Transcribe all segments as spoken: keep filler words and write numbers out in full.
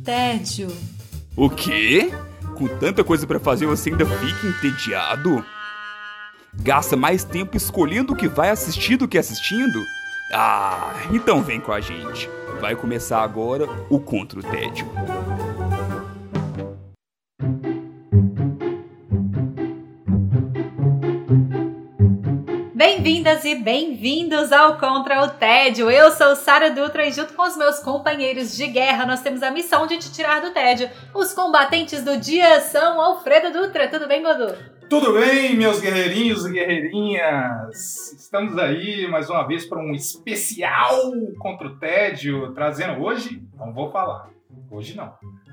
tédio. O quê? Com tanta coisa pra fazer você ainda fica entediado? Gasta mais tempo escolhendo o que vai assistir do que assistindo? Ah, então vem com a gente. Vai começar agora o Contra o Tédio. Bem-vindas e bem-vindos ao Contra o Tédio. Eu sou Sara Dutra e junto com os meus companheiros de guerra nós temos a missão de te tirar do tédio. Os combatentes do dia são Alfredo Dutra. Tudo bem, Godu? Tudo bem, meus guerreirinhos e guerreirinhas? Estamos aí mais uma vez para um especial Contra o Tédio, trazendo hoje, não vou falar, hoje não.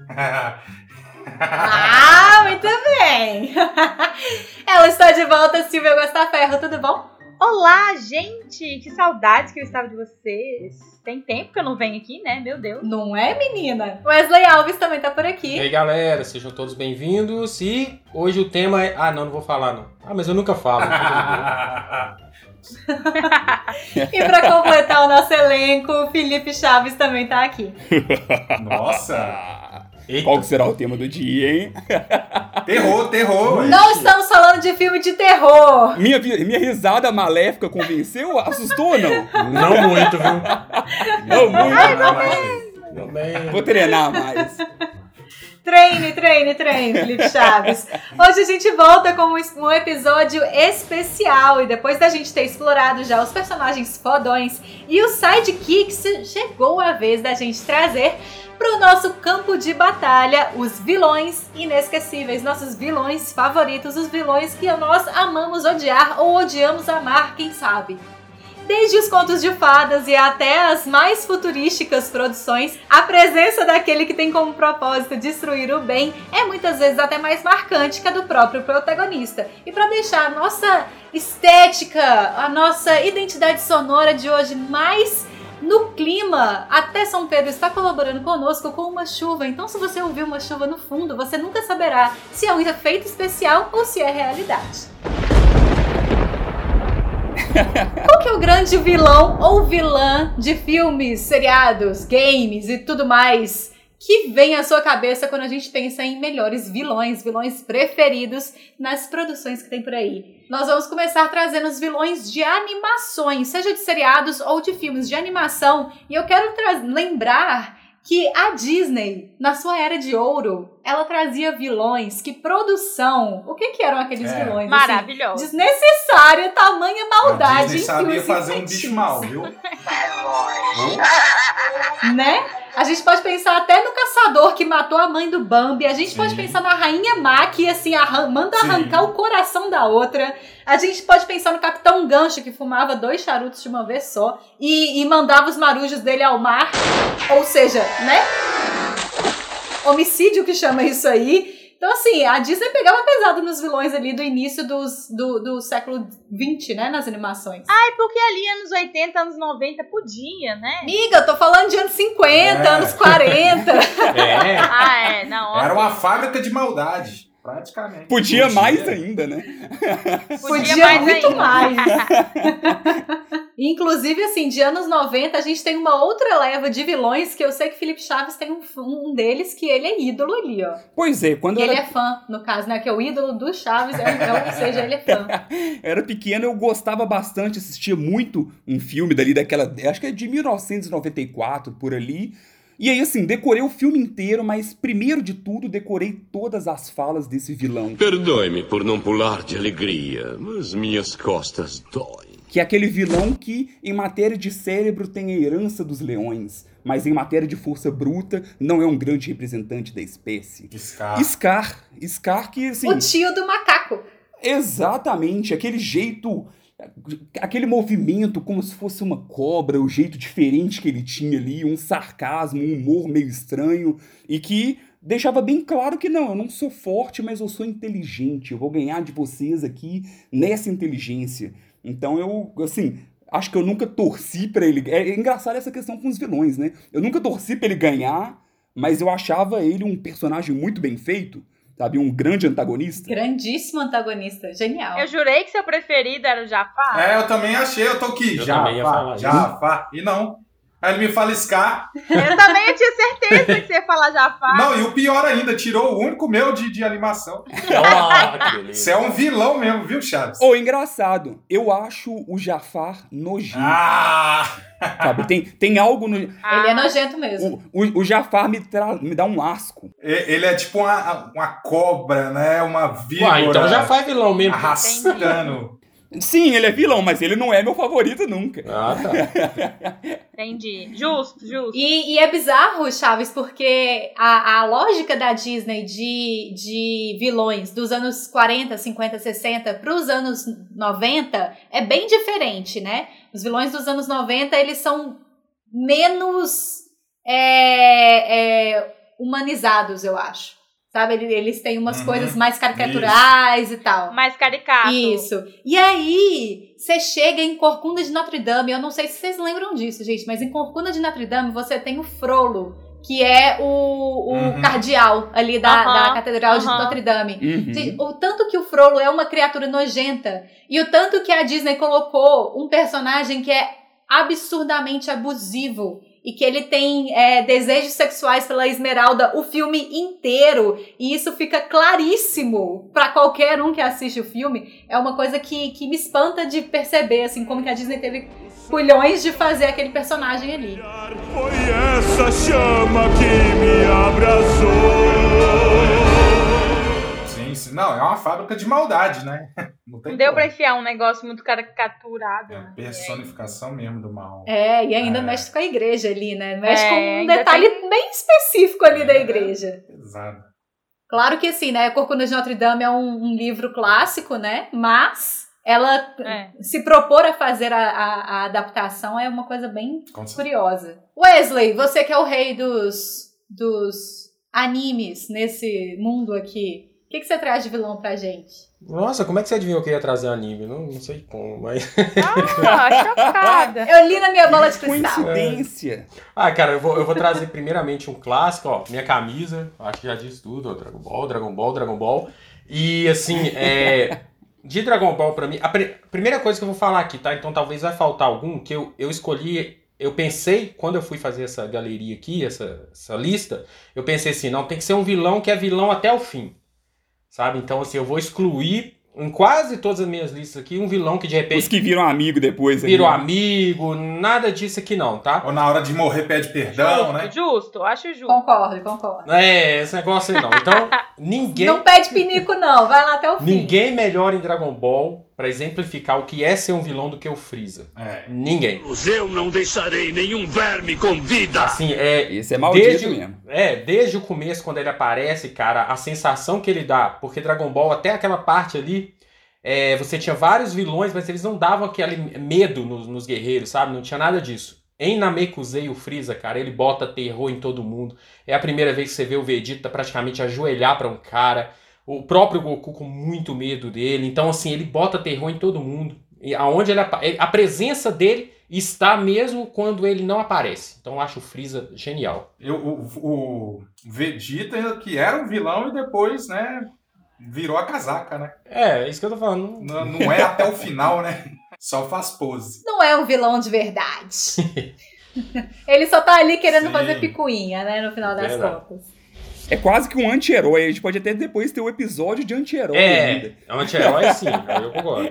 Ah, muito bem! Ela está de volta, Silvia Gostaferro, tudo bom? Olá, gente! Que saudades que eu estava de vocês. Tem tempo que eu não venho aqui, né? Meu Deus. Não é, menina? Wesley Alves também tá por aqui. E aí, galera, sejam todos bem-vindos. E hoje o tema é... Ah, não, não vou falar, não. Ah, mas eu nunca falo. E pra completar o nosso elenco, o Felipe Chaves também tá aqui. Nossa! Eita. Qual que será o tema do dia, hein? Terror, terror. Não estamos falando de filme de terror. Minha, minha risada maléfica convenceu? Assustou ou não? Não muito, viu? Não muito. Ai, não bem. Não bem. Vou treinar mais. Treine, treine, treine, Felipe Chaves. Hoje a gente volta com um episódio especial e depois da gente ter explorado já os personagens fodões e os sidekicks, chegou a vez da gente trazer para o nosso campo de batalha os vilões inesquecíveis, nossos vilões favoritos, os vilões que nós amamos odiar ou odiamos amar, quem sabe. Desde os contos de fadas e até as mais futurísticas produções, a presença daquele que tem como propósito destruir o bem é muitas vezes até mais marcante que a do próprio protagonista. E para deixar a nossa estética, a nossa identidade sonora de hoje mais no clima, até São Pedro está colaborando conosco com uma chuva. Então, se você ouvir uma chuva no fundo, você nunca saberá se é um efeito especial ou se é realidade. Qual que é o grande vilão ou vilã de filmes, seriados, games e tudo mais que vem à sua cabeça quando a gente pensa em melhores vilões, vilões preferidos nas produções que tem por aí? Nós vamos começar trazendo os vilões de animações, seja de seriados ou de filmes de animação. E eu quero lembrar que a Disney, na sua era de ouro, ela trazia vilões, que produção, o que que eram aqueles é. vilões? Maravilhoso. Assim, desnecessária, tamanha maldade. A Disney sabia fazer um bicho mal, viu? Né? A gente pode pensar até no caçador que matou a mãe do Bambi. A gente Sim. pode pensar na rainha Má, que assim, arran- manda Sim. arrancar o coração da outra. A gente pode pensar no Capitão Gancho, que fumava dois charutos de uma vez só e, e mandava os marujos dele ao mar. Ou seja, né? Homicídio que chama isso aí. Então, assim, a Disney pegava pesado nos vilões ali do início dos, do, do século vinte, né? Nas animações. Ai, porque ali anos oitenta, anos noventa podia, né? Amiga, eu tô falando de anos cinquenta, é. anos quarenta. É. Ah, é, não. Era uma fábrica de maldade, praticamente. Podia, Podia. mais ainda, né? Podia, Podia mais muito ainda. mais. Inclusive, assim, de anos noventa, a gente tem uma outra leva de vilões que eu sei que Felipe Chaves tem um, um deles que ele é ídolo ali, ó. Pois é, quando e eu ele era... é fã, no caso, né? Que é o ídolo do Chaves, é, é, ou seja, ele é fã. Eu era pequeno, eu gostava bastante, assistia muito um filme dali daquela... Acho que é de mil novecentos e noventa e quatro, por ali. E aí, assim, decorei o filme inteiro, mas primeiro de tudo, decorei todas as falas desse vilão. Perdoe-me por não pular de alegria, mas minhas costas doem. Que é aquele vilão que, em matéria de cérebro, tem a herança dos leões, mas em matéria de força bruta, não é um grande representante da espécie. Scar. Scar. Scar que, assim... O tio do macaco. Exatamente, aquele jeito... Aquele movimento como se fosse uma cobra, o jeito diferente que ele tinha ali, um sarcasmo, um humor meio estranho, e que deixava bem claro que não, eu não sou forte, mas eu sou inteligente, eu vou ganhar de vocês aqui nessa inteligência. Então eu, assim, acho que eu nunca torci pra ele... É engraçado essa questão com os vilões, né? Eu nunca torci pra ele ganhar, mas eu achava ele um personagem muito bem feito. Sabe, um grande antagonista. Grandíssimo antagonista, genial. Eu jurei que seu preferido era o Jafar. É, eu também achei, eu tô aqui. Eu Jafar, Jafar. E não. Aí ele me fala Scar. Eu também eu tinha certeza que você ia falar Jafar. Não, e o pior ainda, tirou o único meu de, de animação. Ah, que beleza. Você é um vilão mesmo, viu, Chaves? Ô, engraçado, eu acho o Jafar nojento. Ah! Sabe? Tem, tem algo no. Ah, Ele é nojento mesmo. O, o, o Jafar me, tra... me dá um asco. Ele é tipo uma, uma cobra, né? Uma víbora. Uai, então já faz vilão mesmo. Arrastando. Sim, ele é vilão, mas ele não é meu favorito nunca. Ah, tá. Entendi. Justo, justo. E, e é bizarro, Chaves, porque a, a lógica da Disney de, de vilões dos anos quarenta, cinquenta, sessenta para os anos noventa é bem diferente, né? Os vilões dos anos noventa, eles são menos é, é, humanizados, eu acho. Sabe, eles têm umas Uhum, coisas mais caricaturais e tal. Mais caricato. Isso. E aí, você chega em Corcunda de Notre Dame, eu não sei se vocês lembram disso, gente, mas em Corcunda de Notre Dame você tem o Frollo, que é o, o Uhum. cardeal ali da, Uhum, da Catedral de uhum. Notre Dame. Uhum. Gente, o tanto que o Frollo é uma criatura nojenta e o tanto que a Disney colocou um personagem que é absurdamente abusivo e que ele tem é, desejos sexuais pela Esmeralda o filme inteiro, e isso fica claríssimo pra qualquer um que assiste o filme. É uma coisa que, que me espanta de perceber, assim, como que a Disney teve culhões de fazer aquele personagem ali. Foi essa chama que me abraçou. Sim, sim. Não, é uma fábrica de maldade, né? Não tem Não deu como. pra enfiar um negócio muito caricaturado. É né? personificação mesmo do mal. É, e ainda É. mexe com a igreja ali, né? Mexe É, com um ainda detalhe bem específico ali É. da igreja. Pesado. Claro que assim, né? Corcunda de Notre Dame é um, um livro clássico, né? Mas ela É. se propor a fazer a, a, a adaptação é uma coisa bem Com certeza. curiosa. Wesley, você que é o rei dos, dos animes nesse mundo aqui, o que, que você traz de vilão pra gente? Nossa, como é que você adivinhou que ia trazer anime? Não, não sei como, mas... Ah, chocada. Eu li na minha bola de cristal. Coincidência. Ah, cara, eu vou, eu vou trazer primeiramente um clássico, ó, minha camisa, acho que já diz tudo, ó, Dragon Ball, Dragon Ball, Dragon Ball. E, assim, é... de Dragon Ball pra mim, a pre- primeira coisa que eu vou falar aqui, tá? Então talvez vai faltar algum, que eu, eu escolhi... Eu pensei, quando eu fui fazer essa galeria aqui, essa, essa lista, eu pensei assim, não, tem que ser um vilão que é vilão até o fim. Sabe? Então, assim, eu vou excluir em quase todas as minhas listas aqui um vilão que de repente Os que viram amigo depois. virou ali. amigo, nada disso aqui não, tá? Ou na hora de morrer pede perdão, Justo, né? justo, acho justo. Concordo, concordo. É, esse negócio aí não. Então, ninguém, Não pede pinico, não. Vai lá até o fim. ninguém melhor em Dragon Ball pra exemplificar o que é ser um vilão do que o Freeza. É. Ninguém. Eu não deixarei nenhum verme com vida. Assim, é... Esse é maldito Desde, mesmo. é, desde o começo, quando ele aparece, cara, a sensação que ele dá, porque Dragon Ball, até aquela parte ali, é, você tinha vários vilões, mas eles não davam aquele medo nos, nos guerreiros, sabe? Não tinha nada disso. Em Namekusei, o Freeza, cara, ele bota terror em todo mundo. É a primeira vez que você vê o Vegeta praticamente ajoelhar pra um cara. O próprio Goku com muito medo dele. Então, assim, ele bota terror em todo mundo. E aonde ele, apa- a presença dele está mesmo quando ele não aparece. Então, eu acho o Freeza genial. Eu, o, o Vegeta, que era um vilão e depois, né, virou a casaca, né? É, é isso que eu tô falando. Não, não é até o final, né? Só faz pose. Não é um vilão de verdade. Ele só tá ali querendo Sim. fazer picuinha, né? No final das Verdade. contas. É quase que um anti-herói. A gente pode até depois ter um episódio de anti-herói ainda. É, é um anti-herói sim, aí eu concordo.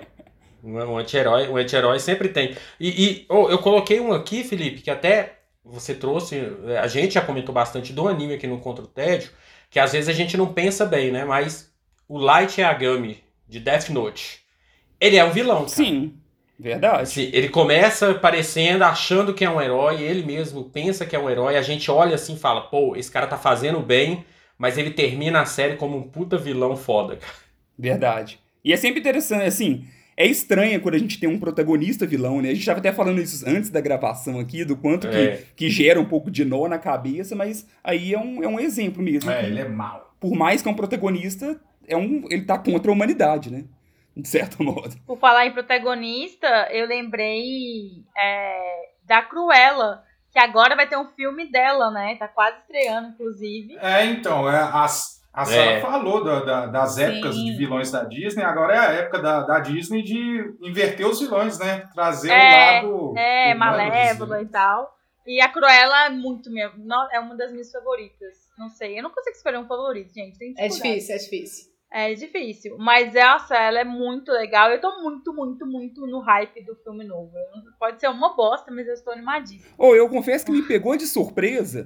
Um anti-herói, um anti-herói sempre tem. E, e oh, eu coloquei um aqui, Felipe, que até você trouxe, a gente já comentou bastante do anime aqui no Contra o Tédio, que às vezes a gente não pensa bem, né? Mas o Light Yagami, de Death Note, ele é um vilão, cara. Sim, verdade. Assim, ele começa aparecendo, achando que é um herói, ele mesmo pensa que é um herói, a gente olha assim e fala, pô, esse cara tá fazendo bem, mas ele termina a série como um puta vilão foda, cara. Verdade. E é sempre interessante, assim, é estranho quando a gente tem um protagonista vilão, né? A gente estava até falando isso antes da gravação aqui, do quanto que, É. que gera um pouco de nó na cabeça, mas aí é um, é um exemplo mesmo. É, que, ele é mau. Por mais que é um protagonista, é um, ele tá contra a humanidade, né? De certo modo. Por falar em protagonista, eu lembrei é, da Cruella, que agora vai ter um filme dela, né? Tá quase estreando, inclusive. É, então, é, a, a Sarah É. falou da- da- das épocas Sim. de vilões da Disney, agora é a época da, da Disney de inverter os vilões, né? Trazer É, o lado É, humano Malévola dos e tal. E a Cruella é muito minha. É uma das minhas favoritas. Não sei, eu não consigo escolher um favorito, gente. Tem É difícil, é difícil. É difícil. Mas essa, ela é muito legal. Eu tô muito, muito, muito no hype do filme novo. Pode ser uma bosta, mas eu estou animadíssima. Oh, eu confesso que me pegou de surpresa.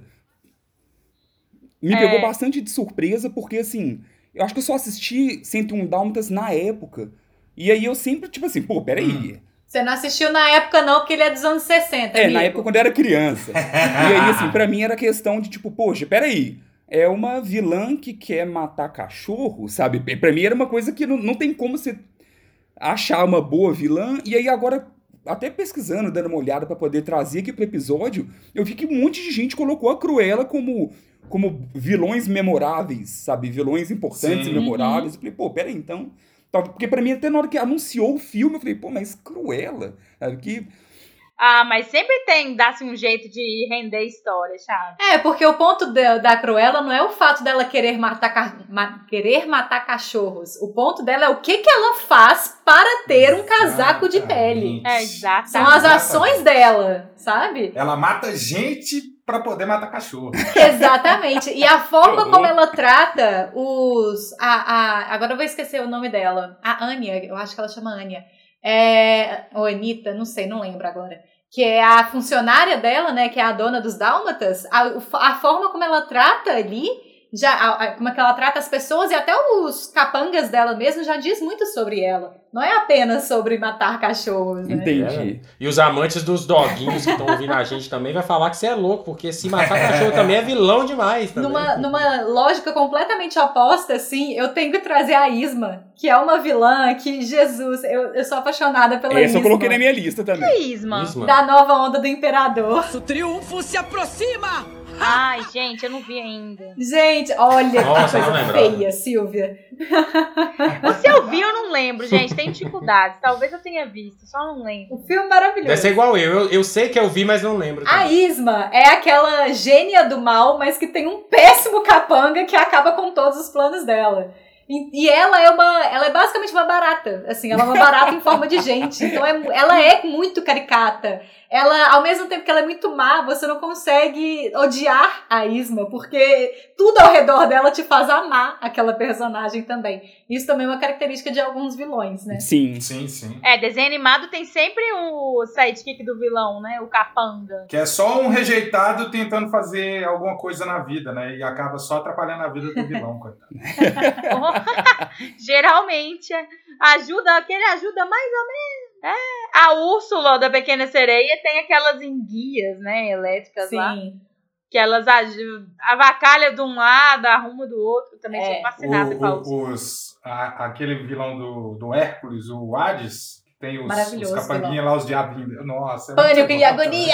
Me É. pegou bastante de surpresa, porque assim, eu acho que eu só assisti cento e um Dálmatas na época. E aí eu sempre, tipo assim, pô, peraí. Hum. Você não assistiu na época não, porque ele é dos anos sessenta, É, amigo. na época quando eu era criança. E aí, assim, pra mim era questão de tipo, poxa, peraí. É uma vilã que quer matar cachorro, sabe? Pra mim era uma coisa que não, não tem como você achar uma boa vilã. E aí agora, até pesquisando, dando uma olhada pra poder trazer aqui pro episódio, eu vi que um monte de gente colocou a Cruella como, como vilões memoráveis, sabe? Vilões importantes Sim. e memoráveis. Eu falei, pô, peraí, então... Porque pra mim, até na hora que anunciou o filme, eu falei, pô, mas Cruella, sabe? Que... Ah, mas sempre tem, dá-se um jeito de render história, Chaves. É, porque o ponto da, da Cruella não é o fato dela querer matar, ca- ma- querer matar cachorros. O ponto dela é o que, que ela faz para ter um casaco de pele. É, exatamente. São as ações dela, sabe? Ela mata gente pra poder matar cachorro. Exatamente. E a forma Que como horror. ela trata os... A, a, agora eu vou esquecer o nome dela. A Anya, eu acho que ela chama Anya. É, ou Anitta, não sei, não lembro agora. Que é a funcionária dela, né? Que é a dona dos dálmatas. A, a forma como ela trata ali, já, a, a, como é que ela trata as pessoas e até os capangas dela mesmo já diz muito sobre ela. Não é apenas sobre matar cachorros, né? Entendi. E os amantes dos doguinhos que estão ouvindo a gente também vai falar que você é louco, porque se matar cachorro também é vilão demais. Também. Numa, numa lógica completamente oposta, assim, eu tenho que trazer a Isma, que é uma vilã que, Jesus, eu, eu sou apaixonada pela Essa Isma. eu coloquei na minha lista também. Isma. Isma. Da nova onda do Imperador. Nosso triunfo se aproxima! Ai, gente, eu não vi ainda. Gente, olha Nossa, que não coisa lembrava. feia, Silvia. Se eu vi, eu não lembro, gente. Tem dificuldades. Talvez eu tenha visto, só não lembro. O filme maravilhoso. Deve ser igual eu. eu. Eu sei que eu vi, mas não lembro. A também. Isma é aquela gênia do mal, mas que tem um péssimo capanga que acaba com todos os planos dela. E, e ela é uma, ela é basicamente uma barata, assim, ela é uma barata em forma de gente. Então é, ela é muito caricata. Ela, ao mesmo tempo que ela é muito má, você não consegue odiar a Isma, porque tudo ao redor dela te faz amar aquela personagem também. Isso também é uma característica de alguns vilões, né? Sim. Sim, sim. É, desenho animado tem sempre o sidekick do vilão, né? O capanga. Que é só um rejeitado tentando fazer alguma coisa na vida, né? E acaba só atrapalhando a vida do vilão, coitado. Geralmente, ajuda, aquele ajuda mais ou menos. É. A Úrsula da Pequena Sereia tem aquelas enguias, né? Elétricas lá. Sim. Que elas ajudam. Avacalha de um lado, arruma do outro. Também É. sou fascinada O- com a o- Úrsula. os, a- aquele vilão do, do Hércules, o Hades, que tem os, os Maravilhoso capanguinhas lá, os diabinhos. Nossa, é Pânico muito e bom, agonia!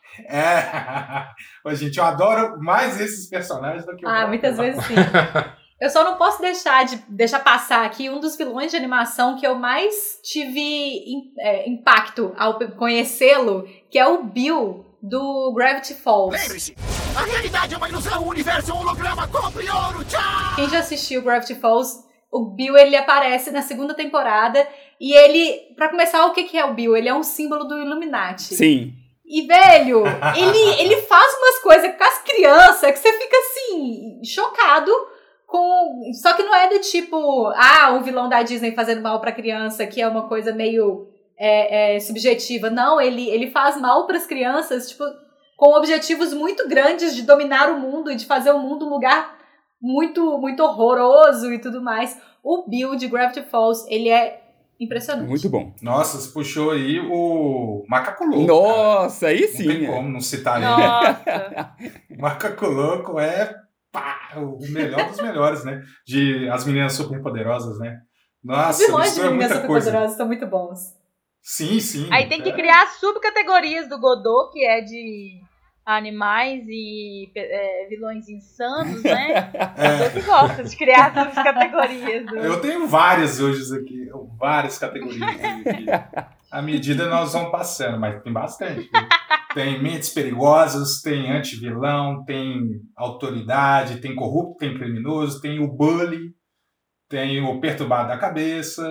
É. Ô, gente, eu adoro mais esses personagens do que o Ah, próprio muitas vilão. vezes sim. Eu só não posso deixar de deixar passar aqui um dos vilões de animação que eu mais tive im- é, impacto ao pe- conhecê-lo, que é o Bill do Gravity Falls. Lembre-se, a realidade é uma ilusão, o universo é um holograma, compre ouro, tchau! Quem já assistiu Gravity Falls, o Bill ele aparece na segunda temporada e ele, pra começar, o que que é o Bill? Ele é um símbolo do Illuminati. Sim. E, velho, ele, ele faz umas coisas com as crianças que você fica, assim, chocado com... Só que não é do tipo, ah, um vilão da Disney fazendo mal pra criança, que é uma coisa meio é, é, subjetiva. Não, ele, ele faz mal pras crianças, tipo, com objetivos muito grandes de dominar o mundo e de fazer o mundo um lugar muito, muito horroroso e tudo mais. O Bill de Gravity Falls, ele é impressionante. Muito bom. Nossa, você puxou aí o Macaco Louco. Nossa, aí cara. sim. Não tem é. como não citar ele. Nossa. O Macaco Louco é pá, o melhor dos melhores, né? De As Meninas Superpoderosas, né? Os Nossa, vilões de mistura Meninas muita coisa. Superpoderosas são muito bons. Sim, sim. Aí tem que É. criar subcategorias do Godot, que é de animais e é, vilões insanos, né? Eu que gosto de criar subcategorias. Do... Eu tenho várias hoje aqui, várias categorias aqui. À medida nós vamos passando, mas tem bastante. Viu? Tem mentes perigosas, tem antivilão, tem autoridade, tem corrupto, tem criminoso, tem o bully, tem o perturbado da cabeça.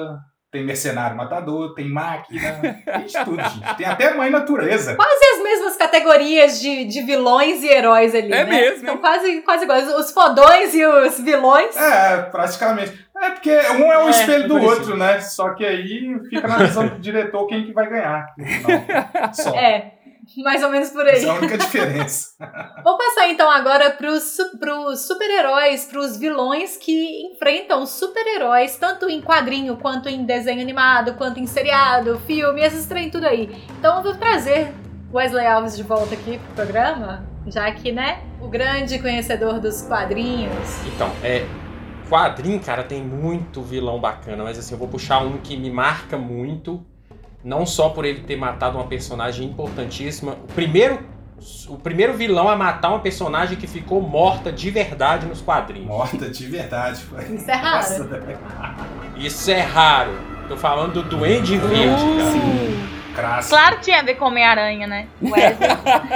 tem mercenário matador, tem máquina, tem de tudo, gente. Tem até mãe natureza. Quase as mesmas categorias de, de vilões e heróis ali, É né? mesmo. São quase, quase iguais. Os fodões e os vilões. É, praticamente. É porque um é o É, espelho é do parecido. outro, né? Só que aí fica na visão do diretor quem que vai ganhar. Não, só. É, mais ou menos por aí. Essa é a única diferença. Vou passar então agora pros, pros super-heróis, pros vilões que enfrentam os super-heróis, tanto em quadrinho, quanto em desenho animado, quanto em seriado, filme, esses trem tudo aí. Então eu vou trazer Wesley Alves de volta aqui pro programa, já que, né, o grande conhecedor dos quadrinhos. Então, é. Quadrinho, cara, tem muito vilão bacana, mas assim, eu vou puxar um que me marca muito, não só por ele ter matado uma personagem importantíssima. O primeiro, o primeiro vilão a matar uma personagem que ficou morta de verdade nos quadrinhos. Morta de verdade. Foi. Isso é raro. Nossa, Isso é raro. Tô falando do Duende Verde, cara. crasso. Claro que tinha a ver com Homem-Aranha, né? Wesley.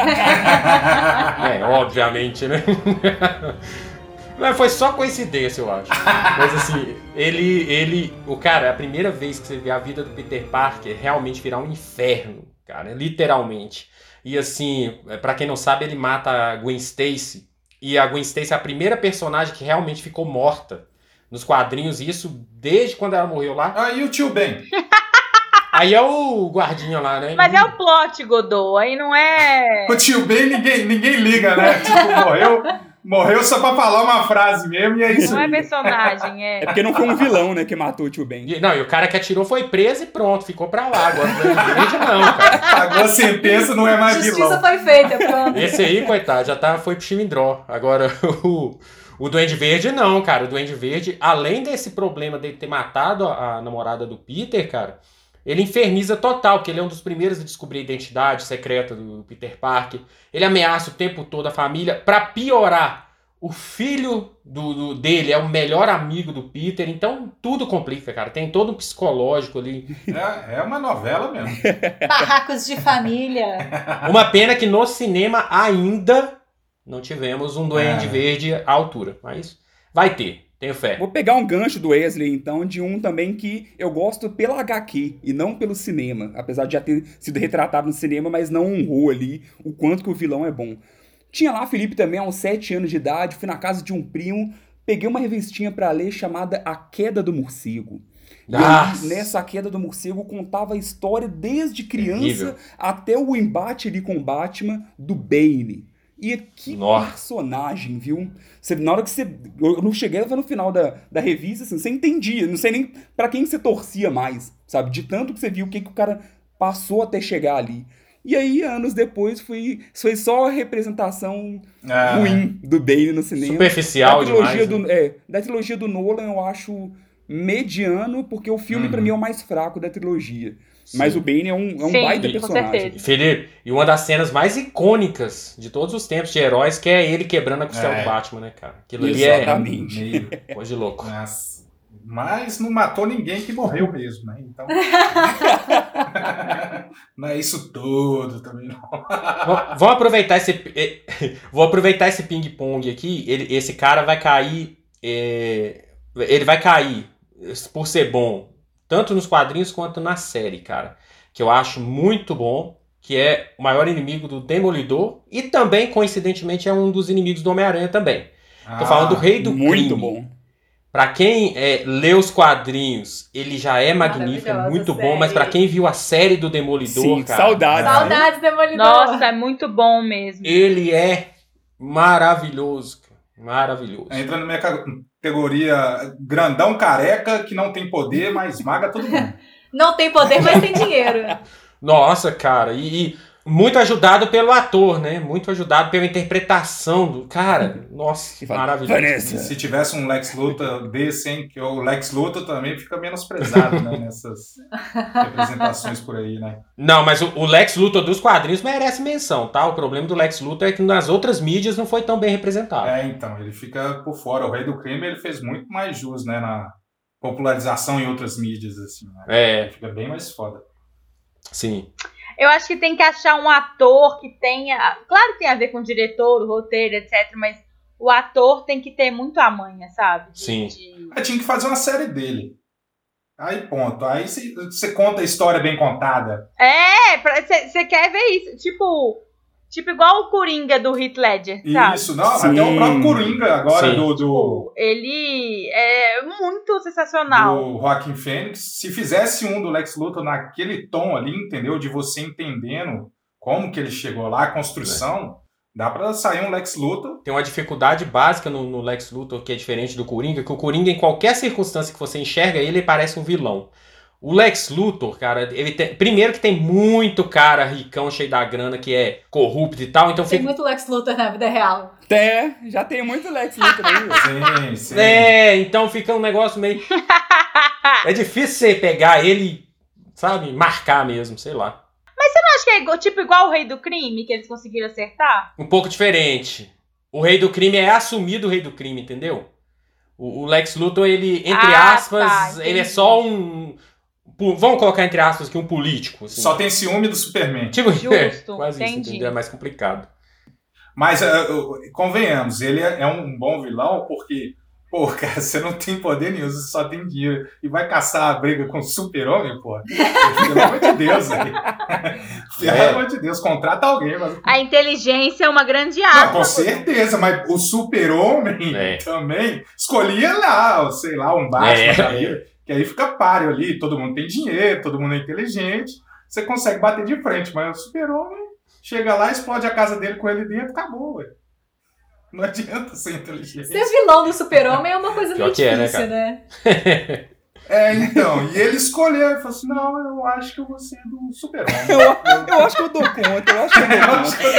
É, obviamente, né? Mas foi só coincidência, eu acho. Mas assim, ele, ele... O cara, é a primeira vez que você vê a vida do Peter Parker realmente virar um inferno, cara, literalmente. E assim, pra quem não sabe, ele mata a Gwen Stacy. E a Gwen Stacy é a primeira personagem que realmente ficou morta nos quadrinhos. E isso desde quando ela morreu lá. Ah, e o tio Ben? Aí é o guardinha lá, né? Mas é o plot, Godot. Aí não é... O tio Ben ninguém, ninguém liga, né? Tipo, morreu... Morreu só pra falar uma frase mesmo e é isso Não é aí. personagem, é. É porque não foi um vilão, né, que matou o tio Ben. E- Não, e o cara que atirou foi preso e pronto, ficou pra lá. Agora o Duende Verde não, cara. Pagou a sentença, não é mais Justiça vilão. foi feita, pronto. Esse aí, coitado, já tá, foi pro Chimindró. Agora, o, o Duende Verde não, cara. O Duende Verde, além desse problema dele ter matado a, a namorada do Peter, cara, ele inferniza total, porque ele é um dos primeiros a descobrir a identidade secreta do Peter Parker. Ele ameaça o tempo todo a família. Pra piorar, o filho do, do- dele é o melhor amigo do Peter. Então, tudo complica, cara. Tem todo um psicológico ali. É, é uma novela mesmo. Barracos de família. Uma pena que no cinema ainda não tivemos um Duende É. Verde à altura. Mas vai ter, tenho fé. Vou pegar um gancho do Wesley, então, de um também que eu gosto pela agá quê e não pelo cinema. Apesar de já ter sido retratado no cinema, mas não honrou ali o quanto que o vilão é bom. Tinha lá, Felipe, também, há uns sete anos de idade, fui na casa de um primo, peguei uma revistinha pra ler chamada A Queda do Morcego. E Nossa. aí, nessa A Queda do Morcego, contava a história desde criança Terrível. até o embate ali com o Batman do Bane. E que Nossa. personagem, viu? Você, na hora que você... Eu não cheguei, foi no final da, da revista, assim, você entendia. Não sei nem pra quem você torcia mais, sabe? De tanto que você viu o que, que o cara passou até chegar ali. E aí, anos depois, foi, foi só a representação Ah, ruim do Bane no cinema. Superficial da trilogia demais, do, é, da trilogia do Nolan, eu acho mediano, porque o filme, Uhum. pra mim, é o mais fraco da trilogia. Sim. Mas o Bane é um, é um Sim, baita com personagem. certeza. E, Felipe, e uma das cenas mais icônicas de todos os tempos de heróis, que é ele quebrando a costela É. do Batman, né, cara? Aquilo ali é Exatamente. meio... coisa de louco. Nossa. Mas não matou ninguém que morreu mesmo, né? Então. Não é isso tudo também, não. V- Vamos aproveitar esse. eh, Vou aproveitar esse ping-pong aqui. Ele, esse cara vai cair. eh, ele vai cair por ser bom, tanto nos quadrinhos quanto na série, cara. Que eu acho muito bom. Que é o maior inimigo do Demolidor. E também, coincidentemente, é um dos inimigos do Homem-Aranha também. Tô Ah, falando do Rei do Muito Crime. bom. Pra quem é, lê os quadrinhos, ele já é magnífico, é Maravilhosa muito bom. série. Mas pra quem viu a série do Demolidor, Sim, cara, saudades. Ah. Saudades, Demolidor. Nossa, é muito bom mesmo. ele é maravilhoso, cara. Maravilhoso. Entra na minha categoria grandão careca que não tem poder, mas maga todo mundo. Não tem poder, mas tem dinheiro. Nossa, cara, e, e muito ajudado pelo ator, né? Muito ajudado pela interpretação do cara. Nossa, E fala, maravilhoso. Vanessa. Se tivesse um Lex Luthor desse, hein? Que o Lex Luthor também fica menosprezado, né? Nessas representações por aí, né? Não, mas o, o Lex Luthor dos quadrinhos merece menção, tá? O problema do Lex Luthor é que nas outras mídias não foi tão bem representado. É, então, ele fica por fora. O Rei do Crime, ele fez muito mais jus, né? Na popularização em outras mídias, assim, né? É, Ele fica bem mais foda. sim. Eu acho que tem que achar um ator que tenha... Claro que tem a ver com o diretor, o roteiro, etcétera. Mas o ator tem que ter muito a manha, sabe? De- Sim. de- Aí tinha que fazer uma série dele. Aí ponto. Aí você conta a história bem contada. É, você quer ver isso. Tipo, tipo igual o Coringa do Heath Ledger, sabe? Isso, não, Sim. até o próprio Coringa agora do, do... Ele é muito sensacional. Do Joaquin Phoenix. Se fizesse um do Lex Luthor naquele tom ali, entendeu? De você entendendo como que ele chegou lá, a construção... É. Dá pra sair um Lex Luthor. Tem uma dificuldade básica no, no Lex Luthor que é diferente do Coringa, que o Coringa, em qualquer circunstância que você enxerga ele, ele parece um vilão. O Lex Luthor, cara, ele tem... Primeiro que tem muito cara ricão, cheio da grana, que é corrupto e tal, então... Tem fica... muito Lex Luthor na vida real. É, já tem muito Lex Luthor Sim, aí. sim. É, então fica um negócio meio... É difícil você pegar ele, sabe, marcar mesmo, sei lá. Mas você não acha que é igual, tipo igual o Rei do Crime, que eles conseguiram acertar? Um pouco diferente. O Rei do Crime é assumido o Rei do Crime, entendeu? O, o Lex Luthor, ele, entre ah, aspas, tá, ele é só um... Vamos colocar entre aspas aqui um político. Assim. Só tem ciúme do Superman. Tipo, Justo, é, quase entendi. isso, entendeu? É mais complicado. Mas, uh, convenhamos, ele é um bom vilão porque... Pô, cara, você não tem poder nenhum, você só tem dinheiro. E vai caçar a briga com o Super-Homem, pô? Pelo amor de Deus, velho. Pelo É. amor de Deus, contrata alguém. Mas... A inteligência é uma grande arma. Não, com certeza, mas o Super-Homem É. também escolhia lá, sei lá, um Batman É. da vida, que aí fica páreo ali, todo mundo tem dinheiro, todo mundo é inteligente, você consegue bater de frente, mas o Super-Homem chega lá, explode a casa dele com ele dentro, acabou, ué. Não adianta ser inteligente. Ser vilão do Super-Homem é uma coisa Pior meio que é, né, difícil, cara? né? É, então, e ele escolheu, ele falou assim, não, eu acho que eu vou ser do Super-Homem. Eu, eu acho que eu dou conta, eu acho que eu Eu dou acho conta.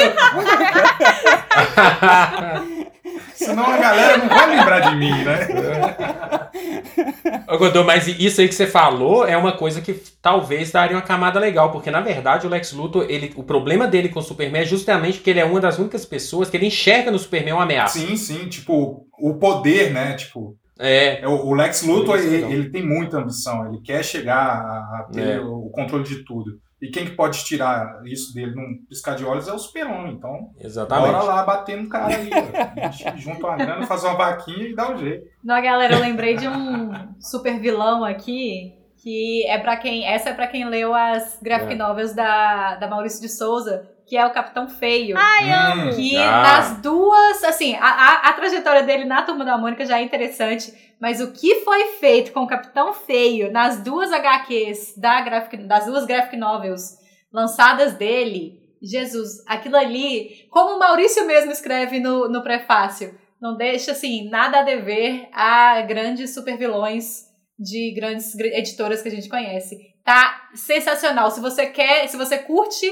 que eu- Senão a galera não vai lembrar de mim, né? Ô, Godô, mas isso aí que você falou é uma coisa que talvez daria uma camada legal, porque na verdade o Lex Luthor, ele, o problema dele com o Superman é justamente que ele é uma das únicas pessoas que ele enxerga no Superman uma ameaça. Sim, sim, tipo, o poder, né, tipo... É, É, O o Lex Luthor, Isso, ele, legal. ele tem muita ambição, ele quer chegar a, a ter É. o controle de tudo. E quem que pode tirar isso dele num piscar de olhos é o Super-Homem. Então, exatamente. bora lá bater no cara aí. Ó. A gente junta uma grana, faz uma vaquinha e dá um jeito. Não, galera, eu lembrei de um super vilão aqui, que é para quem... Essa é pra quem leu as graphic É. novels da, da Maurício de Souza, que é o Capitão Feio. Ai, Hum. amo. Que Ah. nas duas, assim, a, a, a trajetória dele na Turma da Mônica já é interessante, mas o que foi feito com o Capitão Feio nas duas H Qs da graphic, das duas graphic novels lançadas dele, Jesus, aquilo ali, como o Maurício mesmo escreve no, no prefácio, não deixa, assim, nada a dever a grandes supervilões de grandes gr- editoras que a gente conhece. Tá sensacional. Se você quer, se você curte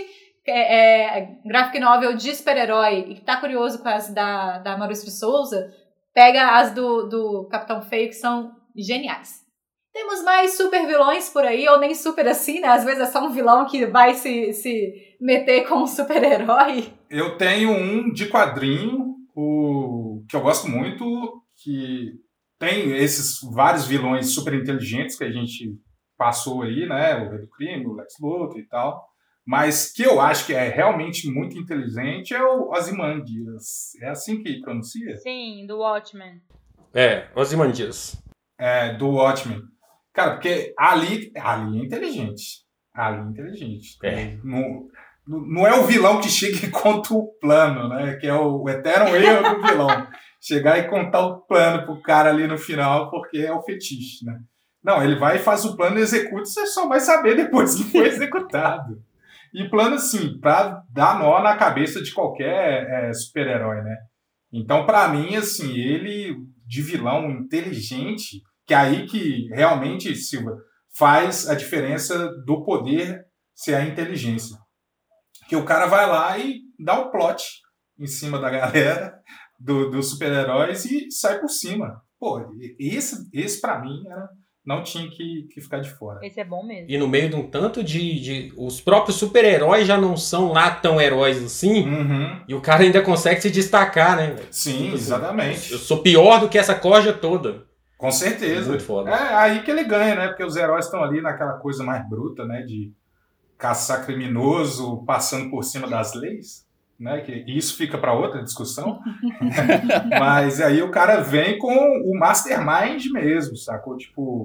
É, é, graphic novel de super-herói e que tá curioso com as da, da Maurício de Souza, pega as do, do Capitão Feio, que são geniais. Temos mais super vilões por aí, ou nem super assim, né? Às vezes é só um vilão que vai se, se meter com um super-herói. Eu tenho um de quadrinho, o, que eu gosto muito, que tem esses vários vilões super inteligentes que a gente passou aí, né? O Rei do Crime, o Lex Luthor e tal. Mas que eu acho que é realmente muito inteligente é o Ozymandias. É assim que pronuncia? Sim, do Watchmen. É, Ozymandias. É, do Watchmen. Cara, porque ali, ali é inteligente. Ali é inteligente. É. Não, não é o vilão que chega e conta o plano, né? Que é o eterno erro do vilão. Chegar e contar o plano pro cara ali no final, porque é o fetiche, né? Não, ele vai e faz o plano e executa, você só vai saber depois que foi executado. E plano, assim, pra dar nó na cabeça de qualquer é, super-herói, né? Então, pra mim, assim, ele, de vilão inteligente, que é aí que realmente, Silva, faz a diferença do poder ser a inteligência. Que o cara vai lá e dá o plot em cima da galera, do, dos super-heróis, e sai por cima. Pô, esse, esse pra mim, era, não tinha que, que ficar de fora. Esse é bom mesmo. E no meio de um tanto de, de... Os próprios super-heróis já não são lá tão heróis assim. Uhum. E o cara ainda consegue se destacar, né? Sim, Tipo assim, exatamente. Eu sou pior do que essa corja toda. Com certeza. Muito foda. É aí que ele ganha, né? Porque os heróis estão ali naquela coisa mais bruta, né? De caçar criminoso passando por cima das leis. Né? Que isso fica para outra discussão. Mas aí o cara vem com o mastermind mesmo, sacou? Tipo,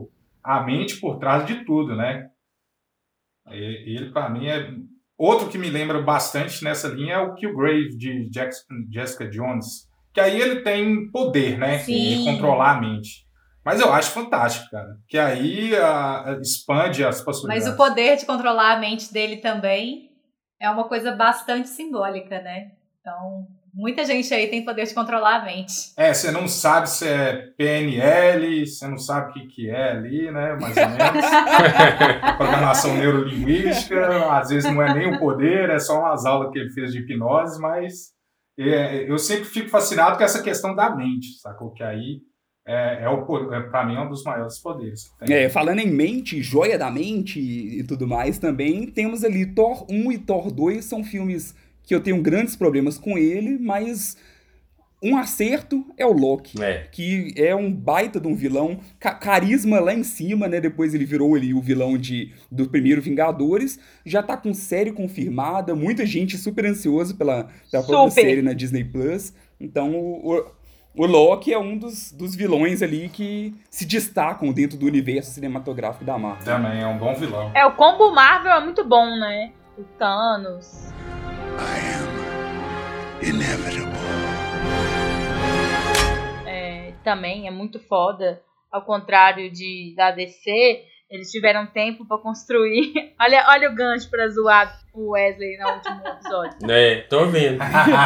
a mente por trás de tudo, né? Ele, para mim, é... Outro que me lembra bastante nessa linha é o Killgrave, de Jessica Jones. Que aí ele tem poder, né? Sim. De controlar a mente. Mas eu acho fantástico, cara. Que aí a, expande as possibilidades. Mas o poder de controlar a mente dele também é uma coisa bastante simbólica, né? Então, muita gente aí tem poder de controlar a mente. É, você não sabe se é P N L, você não sabe o que, que é ali, né? Mais ou menos. Programação neurolinguística, às vezes não é nem o poder, é só umas aulas que ele fez de hipnose, mas é, eu sempre fico fascinado com essa questão da mente, sacou? Que aí é, é, o, é para mim, é um dos maiores poderes. Que tem. É, falando em mente, joia da mente e tudo mais também, temos ali Thor um e Thor dois, são filmes que eu tenho grandes problemas com ele, mas um acerto é o Loki, É. que é um baita de um vilão, ca- carisma lá em cima, né? Depois ele virou ali o vilão de, do primeiro Vingadores, já tá com série confirmada, muita gente super ansiosa pela, pela própria Super. série na Disney Plus. Então o, o, o Loki é um dos, dos vilões ali que se destacam dentro do universo cinematográfico da Marvel. Também é um bom vilão. É, o combo Marvel é muito bom, né? O Thanos. I am inevitable. É, também é muito foda. Ao contrário de, da D C, eles tiveram tempo pra construir. olha, olha o gancho pra zoar o Wesley no último episódio. É, tô vendo.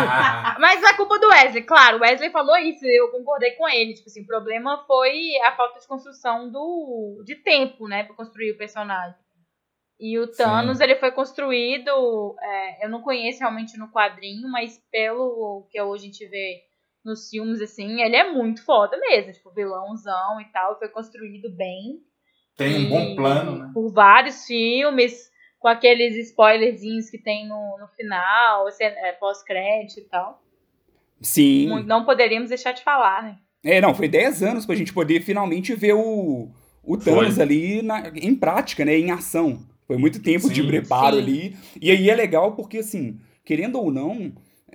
Mas a culpa do Wesley, claro, o Wesley falou isso, eu concordei com ele. Tipo assim, o problema foi a falta de construção do, de tempo, né, pra construir o personagem. E o Thanos, Sim. ele foi construído, é, eu não conheço realmente no quadrinho, mas pelo que hoje a gente vê nos filmes, assim, ele é muito foda mesmo, tipo, vilãozão e tal, foi construído bem. Tem um E bom plano, né? Por vários filmes, com aqueles spoilerzinhos que tem no, no final, é, pós-crédito e tal. Sim. Mu- Não poderíamos deixar de falar, né? É, não, foi dez anos pra gente poder finalmente ver o, o Thanos Foi. ali na- em prática, né, em ação. Foi muito tempo de Sim, preparo sim. ali. E aí é legal porque, assim, querendo ou não,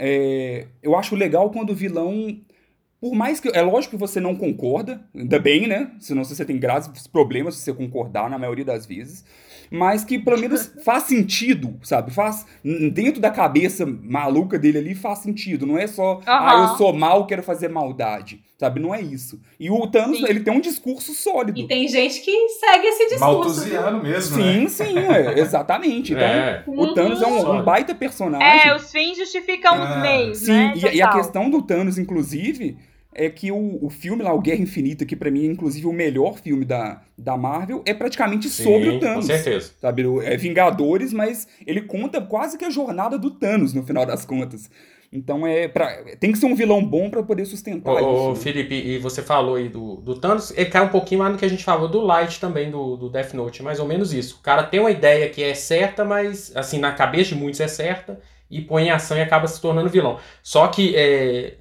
é, eu acho legal quando o vilão... Por mais que... É lógico que você não concorda, ainda bem, né? Senão você tem graves problemas se você concordar na maioria das vezes. Mas que pelo menos faz sentido, sabe? Faz... Dentro da cabeça maluca dele ali faz sentido. Não é só, ah, eu sou mal, quero fazer maldade. Sabe? Não é isso. E o Thanos, Sim. ele tem um discurso sólido. E tem gente que segue esse discurso. viu? Malthusiano mesmo, Sim, né? sim, é, exatamente. Então, É. o Thanos é um, um Sólido. baita personagem. É, os fins justificam Ah, os meios, Sim, né? e, e a Total. questão do Thanos, inclusive, é que o, o filme lá, o Guerra Infinita, que pra mim é inclusive o melhor filme da, da Marvel, é praticamente sobre Sim, o Thanos. com certeza. Sabe? O- É Vingadores, mas ele conta quase que a jornada do Thanos, no final das contas. Então é pra, tem que ser um vilão bom pra poder sustentar Ô, isso. ô, né? Felipe, e você falou aí do, do Thanos, ele cai um pouquinho lá no que a gente falou do Light também, do, do Death Note, mais ou menos isso. O cara tem uma ideia que é certa, mas, assim, na cabeça de muitos é certa, e põe em ação e acaba se tornando vilão. Só que, é...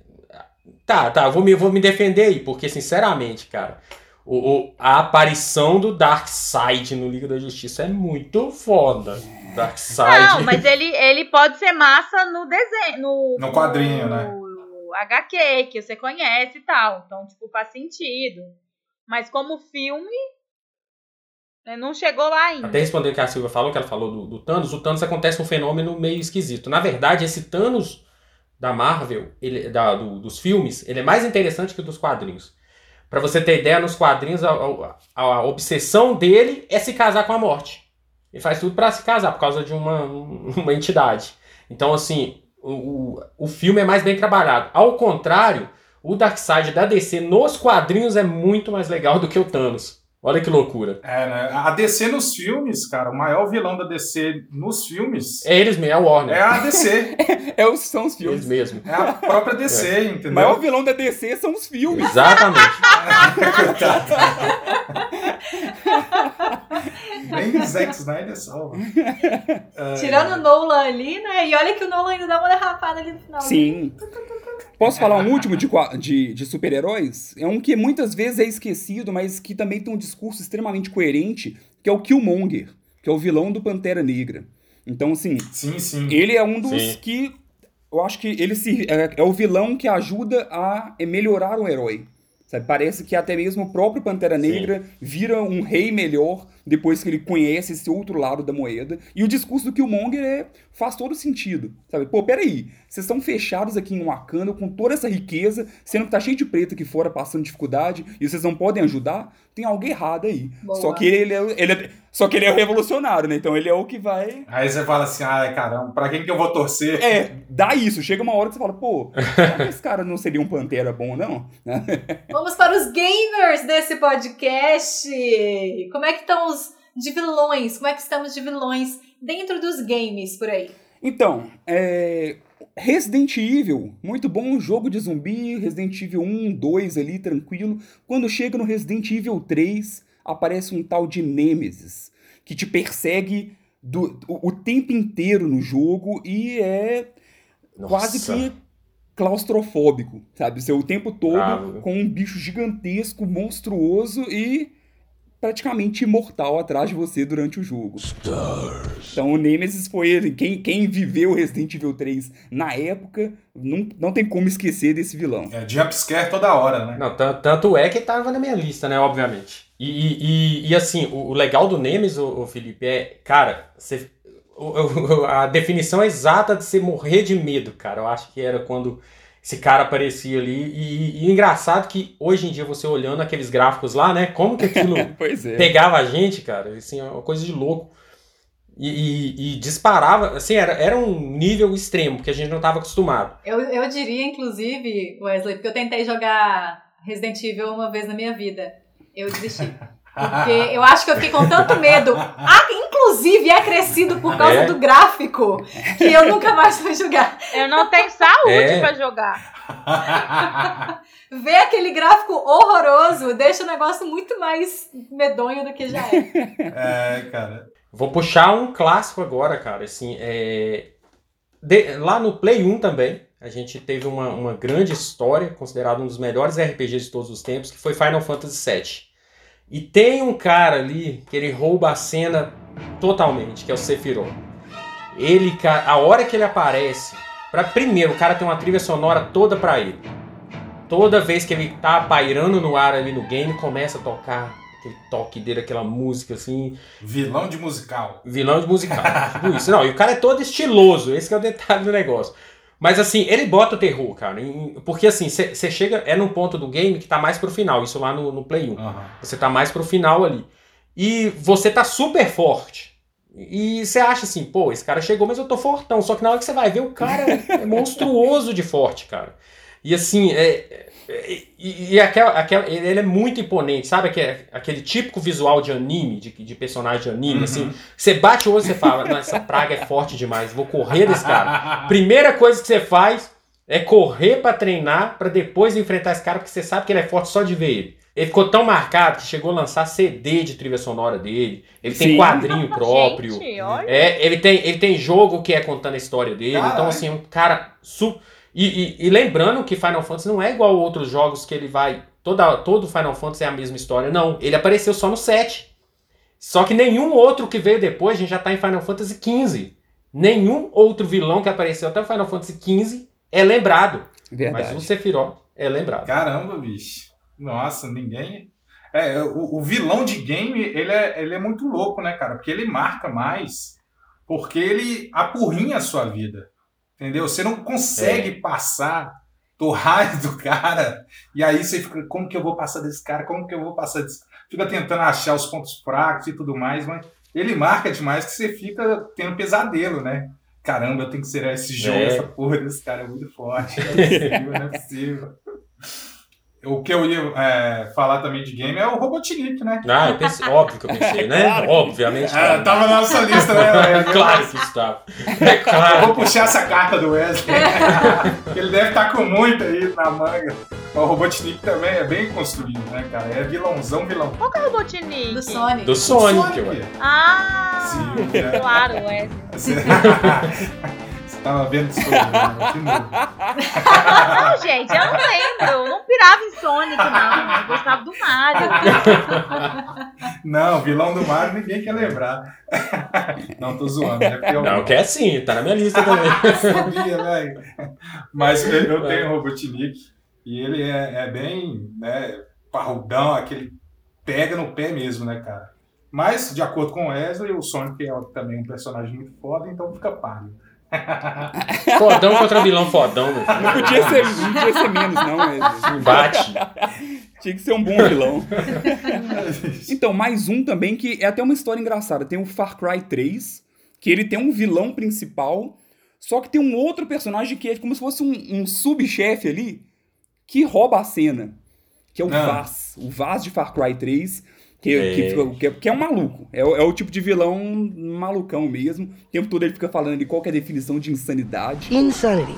tá, tá, eu vou me, vou me defender aí, porque, sinceramente, cara, o, o- a aparição do Darkseid no Liga da Justiça é muito foda. Darkseid... Não, mas ele, ele pode ser massa no desenho, no, No quadrinho, né? no agá quê, que você conhece e tal. Então, tipo, faz sentido. Mas como filme, né, não chegou lá ainda. Até respondendo o que a Silvia falou, que ela falou do, do Thanos, o Thanos acontece um fenômeno meio esquisito. Na verdade, esse Thanos da Marvel, ele, da, do- dos filmes, ele é mais interessante que o dos quadrinhos. Pra você ter ideia, nos quadrinhos, a, a- a obsessão dele é se casar com a morte. Ele faz tudo pra se casar, por causa de uma, uma entidade. Então, assim, o, o, o filme é mais bem trabalhado. Ao contrário, o Darkseid da D C nos quadrinhos é muito mais legal do que o Thanos. Olha que loucura. É, né? A D C nos filmes, cara, o maior vilão da D C nos filmes É eles mesmo, é o Warner. é a D C. É os, são os Eles filmes. mesmo. É a própria D C, O entendeu? maior vilão da D C são os filmes. Exatamente. Nem o Zack Snyder salva. Tirando o Nolan ali, né? E olha que o Nolan ainda dá uma derrapada ali no final. Sim. Posso falar um último de, qua- de, de super-heróis? É um que muitas vezes é esquecido, mas que também tem um discurso extremamente coerente, que é o Killmonger, que é o vilão do Pantera Negra. Então, assim, Sim, sim. ele é um dos Sim. que... Eu acho que ele se, é, é o vilão que ajuda a melhorar o herói. Sabe? Parece que até mesmo o próprio Pantera Negra Sim. vira um rei melhor depois que ele conhece esse outro lado da moeda. E o discurso do Killmonger é, faz todo sentido. Sabe? Pô, peraí, vocês estão fechados aqui em Wakanda com toda essa riqueza, sendo que tá cheio de preto aqui fora passando dificuldade, e vocês não podem ajudar? Tem algo errado aí. Boa. Só que ele é, ele é, só que ele é o revolucionário, né? Então ele é o que vai... Aí você fala assim, ai caramba, pra quem que eu vou torcer? É, dá isso. Chega uma hora que você fala, pô, será que esse cara não seria um Pantera bom, não? Vamos para os gamers desse podcast. Como é que estão os de vilões? Como é que estamos de vilões dentro dos games por aí? Então, é... Resident Evil, muito bom, jogo de zumbi, Resident Evil um, dois ali, tranquilo. Quando chega no Resident Evil três, aparece um tal de Nemesis, que te persegue do, o, o tempo inteiro no jogo e é Nossa. quase que claustrofóbico, sabe? Você, o tempo todo Bravo. com um bicho gigantesco, monstruoso e praticamente imortal atrás de você durante o jogo. Stars. Então o Nemesis foi ele. Quem, quem viveu Resident Evil três na época, não, não tem como esquecer desse vilão. É jumpscare toda hora, né? Não, t- tanto é que tava na minha lista, né? Obviamente. E, e, e assim, o, o legal do Nemesis, o, o Felipe, é, cara, você, o, o, a definição exata de você morrer de medo, cara. Eu acho que era quando esse cara aparecia ali. E, e engraçado que hoje em dia, você olhando aqueles gráficos lá, né? Como que aquilo é. pegava a gente, cara? Assim, é uma coisa de louco. E, e, e disparava, assim, era, era um nível extremo, que a gente não estava acostumado. Eu, eu diria, inclusive, Wesley, porque eu tentei jogar Resident Evil uma vez na minha vida. Eu desisti. Porque eu acho que eu fiquei com tanto medo, ah, inclusive acrescido por causa é. do gráfico, que eu nunca mais fui jogar. Eu não tenho saúde é. pra jogar. Ver aquele gráfico horroroso deixa o negócio muito mais medonho do que já é. É, cara. Vou puxar um clássico agora, cara. Assim, é... De... Lá no Play um também, a gente teve uma, uma grande história, considerado um dos melhores R P Gs de todos os tempos, que foi Final Fantasy sete. E tem um cara ali que ele rouba a cena totalmente, que é o Sephiroth. Ele, a hora que ele aparece, pra, primeiro, o cara tem uma trilha sonora toda pra ele. Toda vez que ele tá pairando no ar ali no game, começa a tocar aquele toque dele, aquela música assim. Vilão de musical. Vilão de musical. Tipo isso. Não, e o cara é todo estiloso, esse que é o detalhe do negócio. Mas assim, ele bota o terror, cara. Porque assim, você chega, é num ponto do game que tá mais pro final, isso lá no, no Play um. Uhum. Você tá mais pro final ali. E você tá super forte. E você acha assim, pô, esse cara chegou, mas eu tô fortão. Só que na hora que você vai ver, o cara é monstruoso de forte, cara. E assim, é, é, e, e aquela, aquela, ele é muito imponente, sabe? Aquele, aquele típico visual de anime, de, de personagem de anime, uhum. assim. Você bate o olho e você fala, não, essa praga é forte demais, vou correr desse cara. Primeira coisa que você faz é correr pra treinar, pra depois enfrentar esse cara, porque você sabe que ele é forte só de ver ele. Ele ficou tão marcado que chegou a lançar C D de trilha sonora dele. Ele Sim. tem quadrinho próprio. Gente, olha. É, ele, tem, ele tem jogo que é contando a história dele. Caralho. Então, assim, um cara... Su- E, e, e lembrando que Final Fantasy não é igual a outros jogos que ele vai... Toda, todo Final Fantasy é a mesma história. Não, ele apareceu só no sete. Só que nenhum outro que veio depois, a gente já tá em Final Fantasy quinze. Nenhum outro vilão que apareceu até o Final Fantasy quinze é lembrado. Verdade. Mas o Sephiroth é lembrado. Caramba, bicho. Nossa, ninguém... É, o, o vilão de game, ele é, ele é muito louco, né, cara? Porque ele marca mais. Porque ele apurrinha a sua vida. Entendeu? Você não consegue é. passar do raio do cara. E aí você fica, como que eu vou passar desse cara? Como que eu vou passar desse... Fica tentando achar os pontos fracos e tudo mais, mas ele marca demais que você fica tendo pesadelo, né? Caramba, eu tenho que zerar esse jogo, é. essa porra desse cara é muito forte. Não é possível, não é possível. O que eu ia é, falar também de game é o Robotnik, né? Ah, eu pensei, óbvio que eu pensei, né? Claro. Obviamente. É, tava na nossa lista, né? É claro que estava. É claro. Eu vou puxar essa carta do Wesley. Ele deve estar com muito aí na manga. O Robotnik também é bem construído, né, cara? É vilãozão, vilão. Qual que é o Robotnik? Do Sonic. Do Sonic, Do Sonic. Ah! Sim, é. Claro, Wesley. Tava vendo isso aí, né? De novo. Não, gente, eu não lembro. Eu não pirava em Sonic, não. Eu gostava do Mario. Não, vilão do Mario ninguém quer lembrar. Não, tô zoando. Né? Eu... Não, quer sim, tá na minha lista também. Sabia, velho. Mas eu tenho o Robotnik. E ele é, é bem, né, parrudão, aquele pega no pé mesmo, né, cara? Mas, de acordo com o Wesley, o Sonic é também um personagem muito foda, então fica pálido. Fodão contra vilão fodão, meu filho. Não podia ser, não podia ser menos, não, Wesley. Embate. Tinha que ser um bom vilão. Então, mais um também que é até uma história engraçada. Tem o Far Cry três, que ele tem um vilão principal, só que tem um outro personagem que é como se fosse um, um subchefe ali, que rouba a cena, que é o Ah. Vaz. O Vaz de Far Cry três, que é, É. que, fica- que é, que é um maluco. É, o- é o tipo de vilão malucão mesmo. O tempo todo ele fica falando ali qual que é a definição de insanidade. Insanity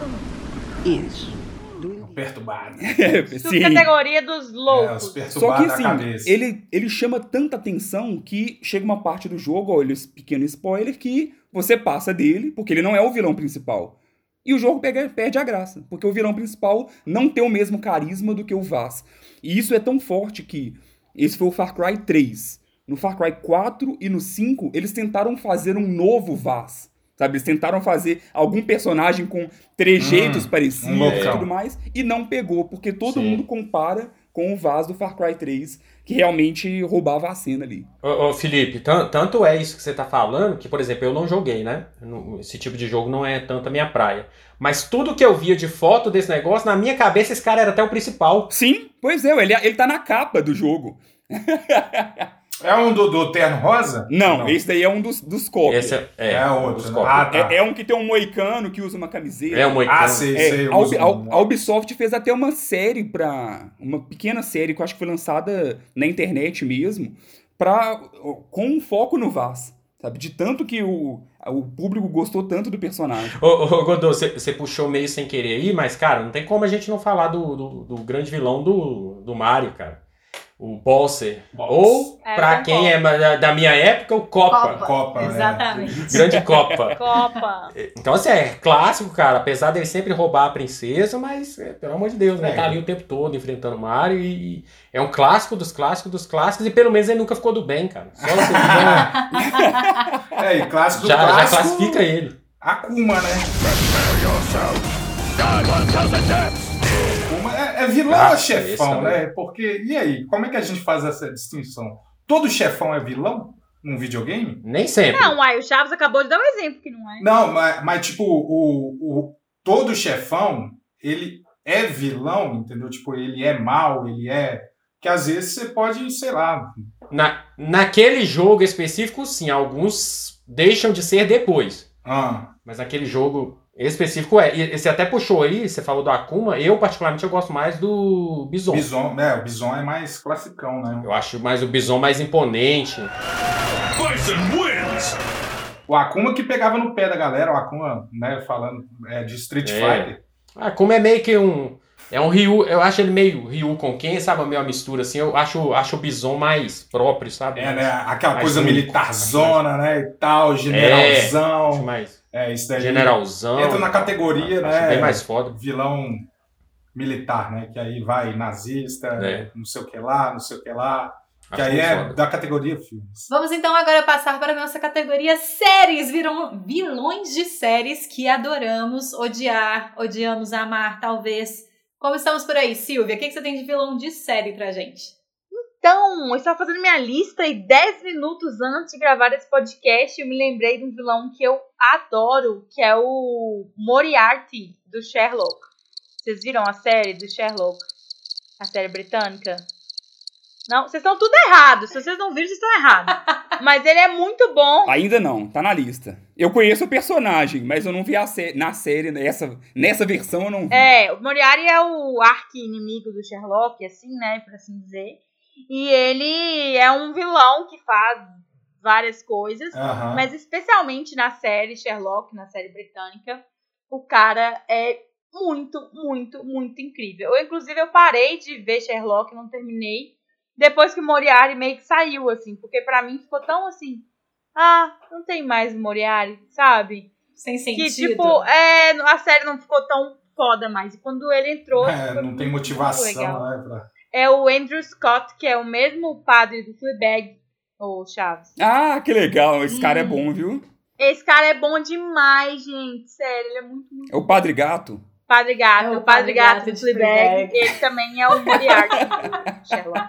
is Perturbado. É, sim. Subcategoria dos É, os loucos. Só perturbados que da assim, cabeça. ele, ele chama tanta atenção que chega uma parte do jogo, olha esse pequeno spoiler, que você passa dele, porque ele não é o vilão principal. E o jogo pega, perde a graça, porque o vilão principal não tem o mesmo carisma do que o Vaz. E isso é tão forte que esse foi o Far Cry três. No Far Cry quatro e no cinco, eles tentaram fazer um novo Vaz. Sabe, eles tentaram fazer algum personagem com trejeitos Hum, parecidos um e loucão. tudo mais, e não pegou, porque todo Sim. mundo compara com o Vaz do Far Cry três, que realmente roubava a cena ali. Ô, ô, Felipe, tan- tanto é isso que você tá falando, que, por exemplo, eu não joguei, né? Eu não- Esse tipo de jogo não é tanto a minha praia. Mas tudo que eu via de foto desse negócio, na minha cabeça, esse cara era até o principal. Sim, pois é, ele, ele tá na capa do jogo. É um do, do Terno Rosa? Não, esse daí é um dos, dos cópias. Esse é, É outro, dos né? cópias. Ah, tá. É, é um que tem um moicano que usa uma camiseta. É um moicano. Ah, sei, É, sei. eu a, uso Ubi- a- um- a Ubisoft fez até uma série pra. Uma pequena série que eu acho que foi lançada na internet mesmo, pra, com um foco no Vaz. Sabe? De tanto que o, o público gostou tanto do personagem. Ô, ô Godô, você você puxou meio sem querer aí, mas, cara, não tem como a gente não falar do, do, do grande vilão do, do Mario, cara. O Bowser. Boss. Ou, É, pra concordo. quem é da, da minha época, o Copa. Copa, né? Exatamente. Grande Copa. Copa. Então, assim, é clássico, cara. Apesar dele sempre roubar a princesa, mas, é, pelo amor de Deus, né? É. Tá ali o tempo todo enfrentando o Mario e é um clássico dos clássicos dos clássicos e pelo menos ele nunca ficou do bem, cara. Só você já, É, e clássico do já, já clássico. classifica ele. Akuma, né? Akuma é, é vilão ou Ah, chefão, esse né? Porque, e aí, como é que a gente faz essa distinção? Todo chefão é vilão num videogame? Nem sempre. Não, aí o Chaves acabou de dar um exemplo que não é. Não, mas, mas tipo, o, o, todo chefão, ele é vilão, entendeu? Tipo, ele é mau, ele é... Que às vezes você pode, sei lá... Na, naquele jogo específico, sim. Alguns deixam de ser depois. Ah, Mas naquele jogo específico é. E você até puxou aí, você falou do Akuma. Eu, particularmente, eu gosto mais do Bison. Bison, é, o Bison é mais classicão, né? Eu acho mais o Bison mais imponente. Bison wins! O Akuma que pegava no pé da galera, o Akuma, né, falando é, de Street É. Fighter. Akuma é meio que um... É um Ryu, eu acho ele meio Ryu com Ken, sabe? Meio uma mistura assim. Eu acho, acho o Bison mais próprio, sabe? É, né? Aquela Mais coisa único. militarzona, né? E tal, generalzão. Acho mais É, isso daí. generalzão. Entra na categoria, Acho né? bem mais foda. Vilão militar, né? Que aí vai nazista, É. não sei o que lá, não sei o que lá. Que Acho aí muito é foda. da categoria filmes. Vamos então agora passar para a nossa categoria séries, viram vilões de séries que adoramos odiar, odiamos amar, talvez. Como estamos por aí, Silvia? O que que você tem de vilão de série pra gente? Então, eu estava fazendo minha lista e dez minutos antes de gravar esse podcast eu me lembrei de um vilão que eu adoro, que é o Moriarty, do Sherlock. Vocês viram a série do Sherlock? A série britânica? Não, vocês estão tudo errados. Se vocês não viram, vocês estão errados. Mas ele é muito bom. Ainda não, tá na lista. Eu conheço o personagem, mas eu não vi a sé- na série, nessa, nessa versão eu não vi. É, o Moriarty é o arqui-inimigo do Sherlock, assim, né, por assim dizer. E ele é um vilão que faz várias coisas, Aham. mas especialmente na série Sherlock, na série britânica, o cara é muito, muito, muito incrível. Eu, inclusive, eu parei de ver Sherlock, não terminei, depois que o Moriarty meio que saiu, assim, porque pra mim ficou tão assim, ah, não tem mais o Moriarty, sabe? Sem sentido. Que, tipo, é, a série não ficou tão foda mais. E quando ele entrou... É, foi não tem muito, motivação, muito legal. né? Pra... É o Andrew Scott, que é o mesmo padre do Fleabag, o Chaves. Ah, que legal, esse cara é Hum. bom, viu? Esse cara é bom demais, gente. Sério, ele é muito, muito É o Padre Gato. Padre Gato, É o o Padre Padre Gato Gato de de Fleabag, Fleabag. ele também é o Moriarty do Sherlock.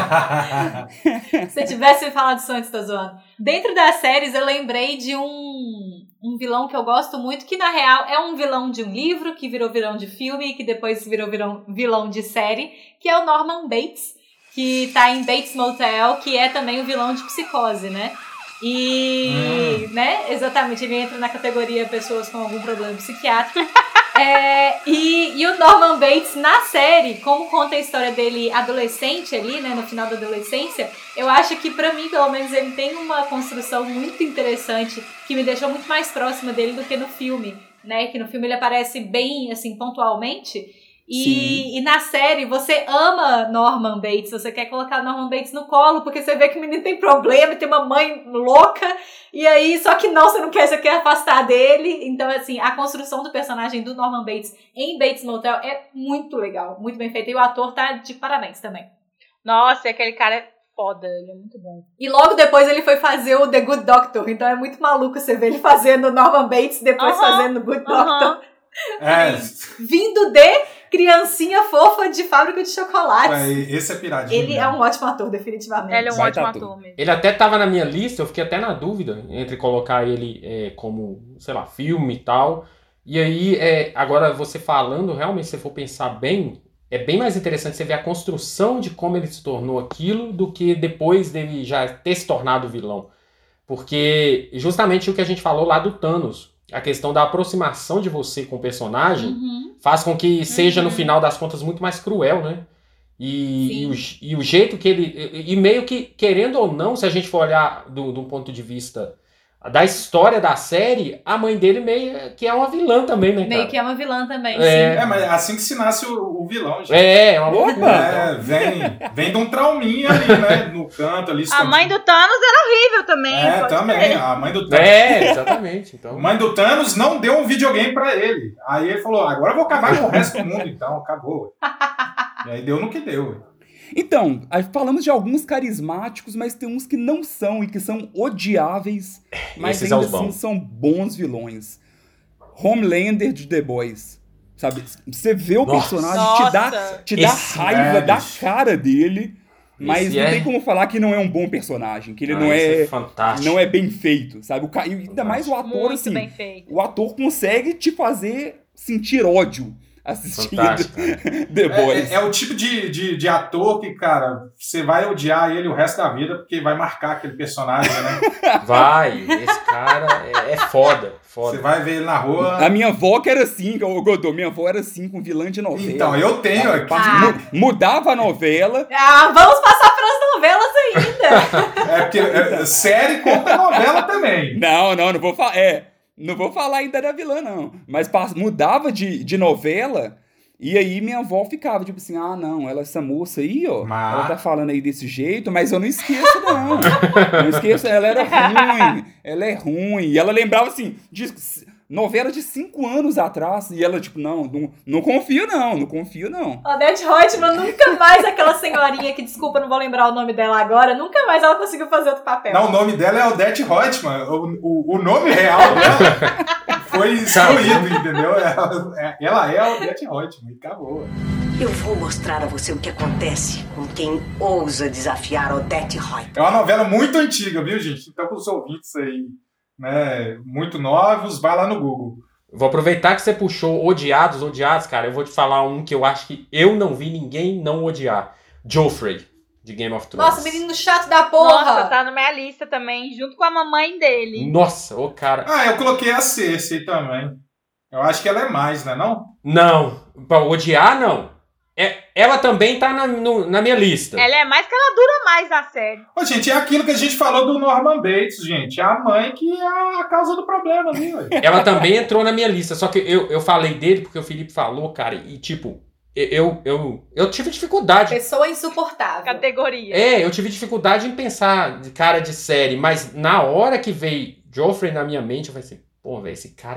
Se você tivesse me falado isso antes, tô zoando. Dentro das séries, eu lembrei de um, um vilão que eu gosto muito, que na real é um vilão de um livro, que virou vilão de filme, que depois virou vilão, vilão de série, que é o Norman Bates, que tá em Bates Motel, que é também o vilão de Psicose, né? E, hum. né, exatamente, ele entra na categoria pessoas com algum problema psiquiátrico. É, e, e o Norman Bates, na série, como conta a história dele adolescente ali, né, no final da adolescência, eu acho que pra mim, pelo menos, ele tem uma construção muito interessante que me deixou muito mais próxima dele do que no filme, né, que no filme ele aparece bem, assim, pontualmente. E, e na série, você ama Norman Bates, você quer colocar Norman Bates no colo, porque você vê que o menino tem problema, tem uma mãe louca, e aí, só que não, você não quer, você quer afastar dele. Então, assim, a construção do personagem do Norman Bates em Bates Motel é muito legal, muito bem feita, e o ator tá de parabéns também. Nossa, aquele cara é foda, ele é muito bom. E logo depois ele foi fazer o The Good Doctor, então é muito maluco você ver ele fazendo Norman Bates, depois uh-huh, fazendo o Good uh-huh. Doctor. É. Vindo de criancinha fofa de fábrica de chocolates. Esse é piradinho. Ele mesmo. É um ótimo ator, definitivamente. Ele é um Vai ótimo ator. ator mesmo. Ele até tava na minha lista, eu fiquei até na dúvida entre colocar ele é, como, sei lá, filme e tal. E aí, é, agora você falando, realmente, se você for pensar bem, é bem mais interessante você ver a construção de como ele se tornou aquilo do que depois dele já ter se tornado vilão. Porque justamente o que a gente falou lá do Thanos, a questão da aproximação de você com o personagem uhum. faz com que seja, uhum. no final das contas, muito mais cruel, né? E, e, o, e o jeito que ele... E, e meio que, querendo ou não, se a gente for olhar do, do ponto de vista da história da série, a mãe dele meio que é uma vilã também, né, cara? Meio que é uma vilã também, é. sim. É, mas é assim que se nasce o, o vilão, gente. É, é uma loucura. É, vem, vem de um trauminha ali, né? No canto ali. A mãe do Thanos era horrível também. É, também. Ser. A mãe do Thanos. É, exatamente. Então. A mãe do Thanos não deu um videogame pra ele. Aí ele falou, agora eu vou acabar com o resto do mundo, então. Acabou. E aí deu no que deu. Então, aí falamos de alguns carismáticos, mas tem uns que não são e que são odiáveis, mas Esses ainda são assim bons. são bons vilões. Homelander de The Boys. Sabe? Você vê o Nossa. personagem, te dá, te dá Esse raiva é, da bicho. cara dele, mas Esse não é... tem como falar que não é um bom personagem, que ele ah, não é, é fantástico. não é bem feito, sabe? O ca... e ainda mais o ator, Muito assim, bem feito. o ator consegue te fazer sentir ódio assistindo Fantástico, The Boys. É, é, é o tipo de, de, de ator que, cara, você vai odiar ele o resto da vida, porque vai marcar aquele personagem, né? Vai, esse cara é, é foda, foda. Você vai ver ele na rua... A minha avó que era assim, Godô, minha avó era assim com vilã de novela. Então, eu tenho aqui. Ah. Mudava a novela. Ah, vamos passar pelas novelas ainda. É porque é, série conta novela também. Não, não, não vou falar. É, não vou falar ainda da vilã, não. Mas pass- mudava de, de novela. E aí minha avó ficava, tipo assim, ah, não, ela, essa moça aí, ó, Mas... ela tá falando aí desse jeito, mas eu não esqueço, não. Não esqueço, ela era ruim, ela é ruim. E ela lembrava, assim, de novela de cinco anos atrás, e ela, tipo, não, não, não confio, não, não confio, não. Odete Roitman, nunca mais aquela senhorinha que, desculpa, não vou lembrar o nome dela agora, nunca mais ela conseguiu fazer outro papel. Não, o nome dela é Odete Roitman. O, o, o nome real dela foi excluído, entendeu? Ela, ela é a Odete Roitman, e acabou. Eu vou mostrar a você o que acontece com quem ousa desafiar Odete Roitman. É uma novela muito antiga, viu, gente? Então, para os ouvintes aí, né, muito novos, vai lá no Google. Vou aproveitar que você puxou odiados, odiados, cara. Eu vou te falar um que eu acho que eu não vi ninguém não odiar. Joffrey, de Game of Thrones. Nossa, menino chato da porra. Nossa, tá na minha lista também, junto com a mamãe dele. Nossa, ô cara. Ah, eu coloquei a Cersei também. Eu acho que ela é mais, né, não? Não, pra odiar, não. É, ela também tá na, no, na minha lista. Ela é mais que ela dura mais na série. Ô, gente, é aquilo que a gente falou do Norman Bates, gente. É a mãe que é a causa do problema ali, velho. Ela também entrou na minha lista, só que eu, eu falei dele porque o Felipe falou, cara, e tipo, eu, eu, eu tive dificuldade. Pessoa insuportável. Categoria. É, eu tive dificuldade em pensar de cara de série, mas na hora que veio Joffrey na minha mente, eu falei assim, pô, velho, esse cara...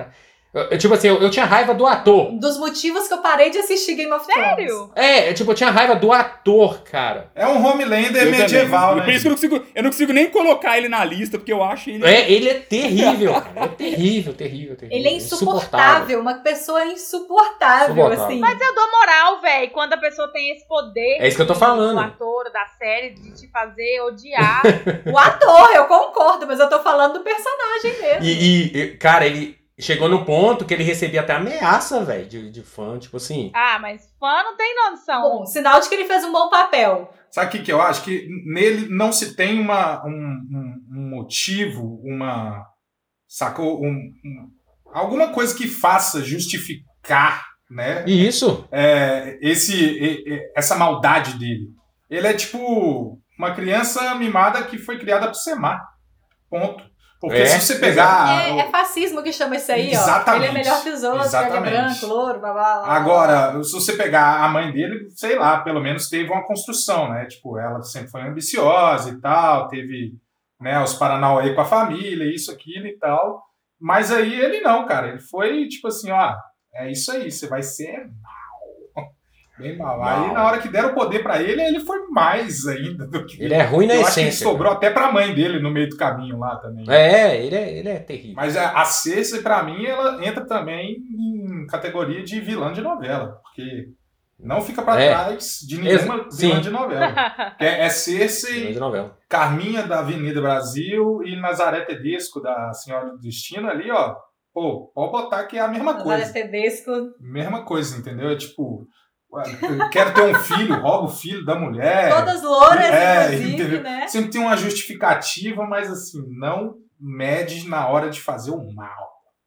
Eu, eu, tipo assim, eu, eu tinha raiva do ator. Dos motivos que eu parei de assistir Game of Thrones. Sério? É, eu, tipo, eu tinha raiva do ator, cara. É um Homelander Eu medieval, também. né? Por isso que eu não, consigo, eu não consigo nem colocar ele na lista, porque eu acho ele... É, ele é terrível, cara. É terrível, terrível, terrível. Ele é insuportável, uma pessoa insuportável, Insuportável. assim. Mas eu dou moral, velho, quando a pessoa tem esse poder. É isso que eu tô de- falando. Do ator, da série, de te fazer odiar. O ator, eu concordo, mas eu tô falando do personagem mesmo. E, e, e, cara, ele chegou no ponto que ele recebia até ameaça, velho, de, de fã, tipo assim. Ah, mas fã não tem noção. Bom, sinal de que ele fez um bom papel. Sabe o que, que eu acho? Que nele não se tem uma, um, um, um motivo, uma. Sacou? Um, um, alguma coisa que faça justificar, né? E isso? É, esse, e- e- essa maldade dele. Ele é tipo uma criança mimada que foi criada por ser má. Ponto. Porque É, se você pegar. É, é fascismo que chama isso aí, ó. Exatamente, Ele é melhor que os outros, ele é exatamente. branco, louro, blá, blá, blá. Agora, se você pegar a mãe dele, sei lá, pelo menos teve uma construção, né? Tipo, ela sempre foi ambiciosa e tal, teve, né, os Paranauê com a família, isso, aquilo e tal. Mas aí ele não, cara. Ele foi tipo assim, ó, é isso aí, você vai ser mal. Bem mal. Mal. Aí na hora que deram o poder pra ele, ele foi mais ainda do que... Ele é ruim na Eu acho que ele essência. sobrou até pra mãe dele no meio do caminho lá também. É, ele é, ele é terrível. Mas a, a Cersei, pra mim, ela entra também em categoria de vilã de novela, porque não fica pra É. trás de nenhuma Ex- vilã sim. de novela. É, é Cersei, De novela. Carminha da Avenida Brasil e Nazaré Tedesco da Senhora do Destino ali, ó. Pô, pode botar que é a mesma Nazaré coisa. Tedesco. Mesma coisa, entendeu? É tipo, eu quero ter um filho, rouba o filho da mulher. Todas louras, É, inclusive, entendeu? né? Sempre tem uma justificativa, mas assim, não mede na hora de fazer o mal.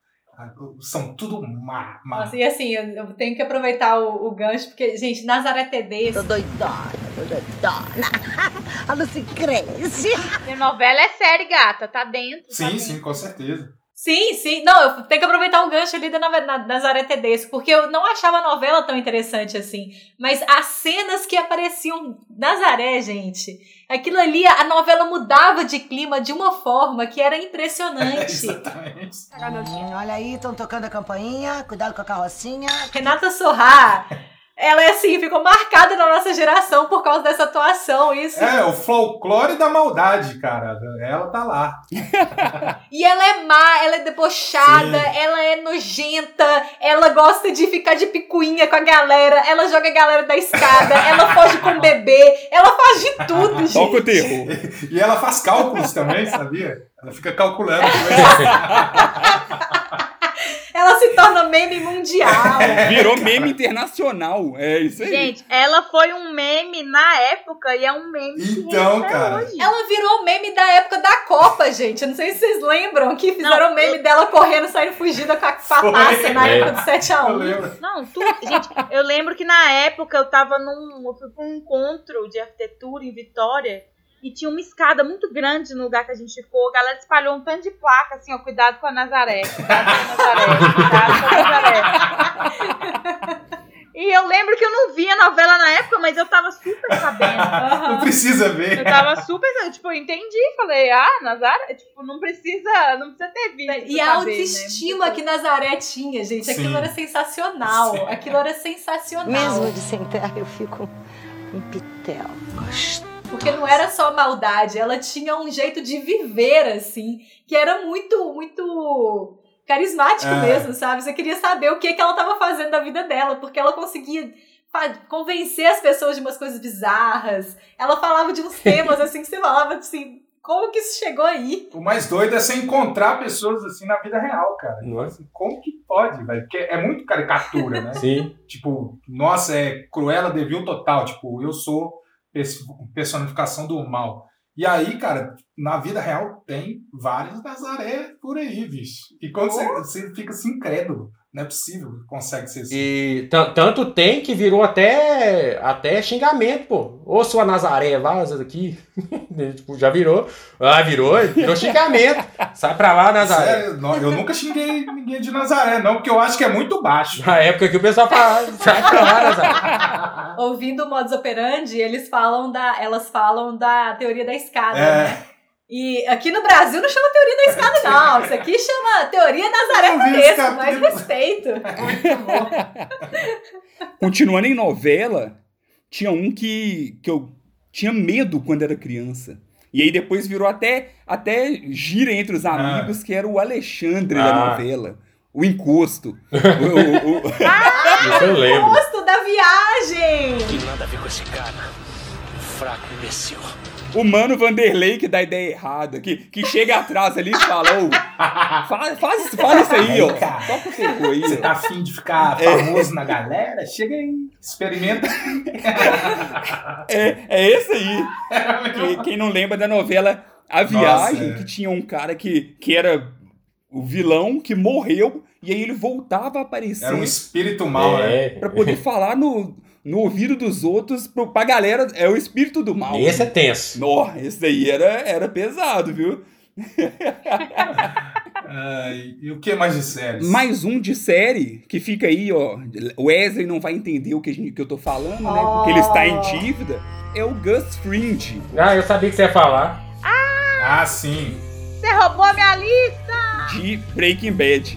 São tudo má. má. Nossa, e assim, eu, eu tenho que aproveitar o, o gancho, porque, gente, Nazaré Tedesco... Tô doidona, tô doidona. A Lucy cresce. E novela é série, gata, tá dentro. tá Sim, dentro. sim, com certeza. Sim, sim. Não, eu tenho que aproveitar o gancho ali da Nove- na- Nazaré Tedesco, porque eu não achava a novela tão interessante assim. Mas as cenas que apareciam Nazaré, gente, aquilo ali, a novela mudava de clima de uma forma que era impressionante. Exatamente. Olha aí, estão tocando a campainha. Cuidado com a carrocinha. Renata Sorrah, ela é assim, ficou marcada na nossa geração por causa dessa atuação. Isso. É, o folclore da maldade, cara. Ela tá lá. E ela é má, ela é debochada, Sim. ela é nojenta, ela gosta de ficar de picuinha com a galera, ela joga a galera da escada, ela foge com o bebê, ela faz de tudo, gente. Toca o terror. E ela faz cálculos também, sabia? Ela fica calculando. Ela se torna meme mundial. Virou meme internacional. É isso aí. Gente, ela foi um meme na época e é um meme que Então, até cara. hoje. Ela virou meme da época da Copa, gente. Eu não sei se vocês lembram que fizeram Não, meme dela correndo, saindo fugida com a, com a Foi. taça na É. época do sete a Eu um. lembro. Não, tudo. Gente, eu lembro que na época eu tava num. Eu fui pra um encontro de arquitetura em Vitória e tinha uma escada muito grande no lugar que a gente ficou. A galera espalhou um tanto de placa assim, ó. Cuidado com a Nazaré. Cuidado com a Nazaré. Cuidado com a Nazaré. E eu lembro que eu não via novela na época, mas eu tava super sabendo. Não precisa ver. Eu tava super. Tipo, eu entendi. Falei, ah, Nazaré, tipo, não precisa, não precisa ter visto. E pra a saber, autoestima né? que Nazaré tinha, gente. Aquilo Sim. era sensacional. Sim. Aquilo era sensacional. Mesmo de sem terra, eu fico um pitel. Porque não era só maldade, ela tinha um jeito de viver, assim, que era muito, muito carismático É. mesmo, sabe? Você queria saber o que, que ela estava fazendo da vida dela, porque ela conseguia fa- convencer as pessoas de umas coisas bizarras. Ela falava de uns temas, assim, que você falava, assim, como que isso chegou aí? O mais doido é você encontrar pessoas assim na vida real, cara. Não é? Assim, como que pode, velho? Porque é muito caricatura, né? Sim. Tipo, nossa, é Cruella de Vil total. Tipo, eu sou pers- personificação do mal. E aí, cara, na vida real tem vários Nazaré por aí, bicho. E quando você, você fica assim, incrédulo. Não é possível que consegue ser assim. E t- tanto tem que virou até, até xingamento, pô. Ô, sua Nazaré, vaza daqui. Tipo, já virou. Ah, virou, virou xingamento. Sai pra lá, Nazaré. Sério, não, eu nunca xinguei ninguém de Nazaré, não, porque eu acho que é muito baixo. Na época que o pessoal falava, sai pra lá, Nazaré. Ouvindo o modus operandi, eles falam da, elas falam da teoria da escada, É. né? E aqui no Brasil não chama teoria da escada, não. Isso aqui chama teoria Nazaré Tedesco, mais respeito. Continuando em novela, tinha um que, que eu tinha medo quando era criança. E aí depois virou até, até gira entre os amigos, ah. que era o Alexandre ah. da novela. O encosto. o, o, o... Ah, o encosto da viagem! Não tem nada a ver com esse cara. Fraco, imbecil. O Mano Vanderlei que dá ideia errada, que, que chega atrás ali e fala, ô, faz, faz, faz isso aí, ó. Toca o terror aí. Você tá afim de ficar famoso é. na galera? Chega aí, experimenta. É, é esse aí. Que, quem não lembra da novela A Viagem, Nossa, é. que tinha um cara que, que era o vilão que morreu e aí ele voltava a aparecer. Era um espírito mau, é, né? Pra poder falar no... no ouvido dos outros, pro, pra galera, é o espírito do mal. Esse é tenso. Nossa, esse daí era, era pesado, viu? uh, e o que mais de séries? Mais um de série, que fica aí, ó, o Wesley não vai entender o que, a gente, que eu tô falando, né? Oh. Porque ele está em dívida, é o Gus Fring. Ah, eu sabia que você ia falar. Ah, ah sim. Você roubou a minha lista! De Breaking Bad.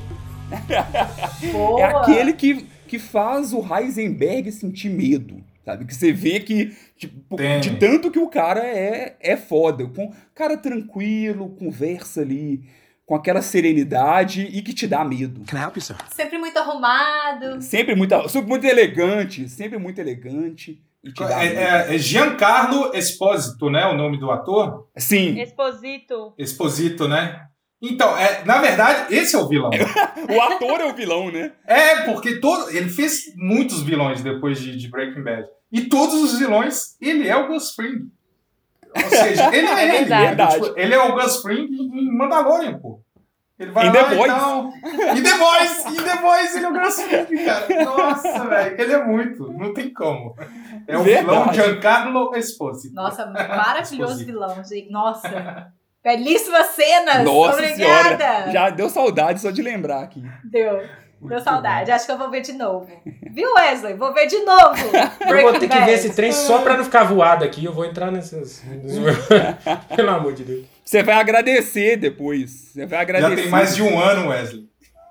É aquele que... que faz o Heisenberg sentir medo, sabe? Que você vê que, tipo, de tanto que o cara é, é foda. Com cara tranquilo, conversa ali, com aquela serenidade e que te dá medo. Can I help you, sir? Sempre muito arrumado. Sempre muito, sempre muito elegante, sempre muito elegante. E te dá é, medo. É, é Giancarlo Esposito, né? O nome do ator? Sim. Esposito. Esposito, né? Então, é, na verdade, esse é o vilão. O ator é o vilão, né? É, porque todo, ele fez muitos vilões depois de, de Breaking Bad. E todos os vilões, ele é o Gus Fring. Ou seja, ele é, é ele, é, tipo, ele é o Gus Fring em Mandalorian, pô. Ele vai em lá The e Boys. tal. Em The Boys. Em The Boys ele é o Gus Fring, cara. Nossa, velho. Ele é muito. Não tem como. É o Verdade. vilão Giancarlo Esposito. Nossa, maravilhoso Esposito. vilão, gente. Nossa. Belíssimas cenas! Nossa Obrigada! Senhora. Já deu saudade só de lembrar aqui. Deu. Deu saudade. Acho que eu vou ver de novo. Viu, Wesley? Vou ver de novo. Eu vou ter que ver esse trem só pra não ficar voado aqui. Eu vou entrar nessas... Pelo amor de Deus. Você vai agradecer depois. Você vai agradecer. Já tem mais de um ano, Wesley.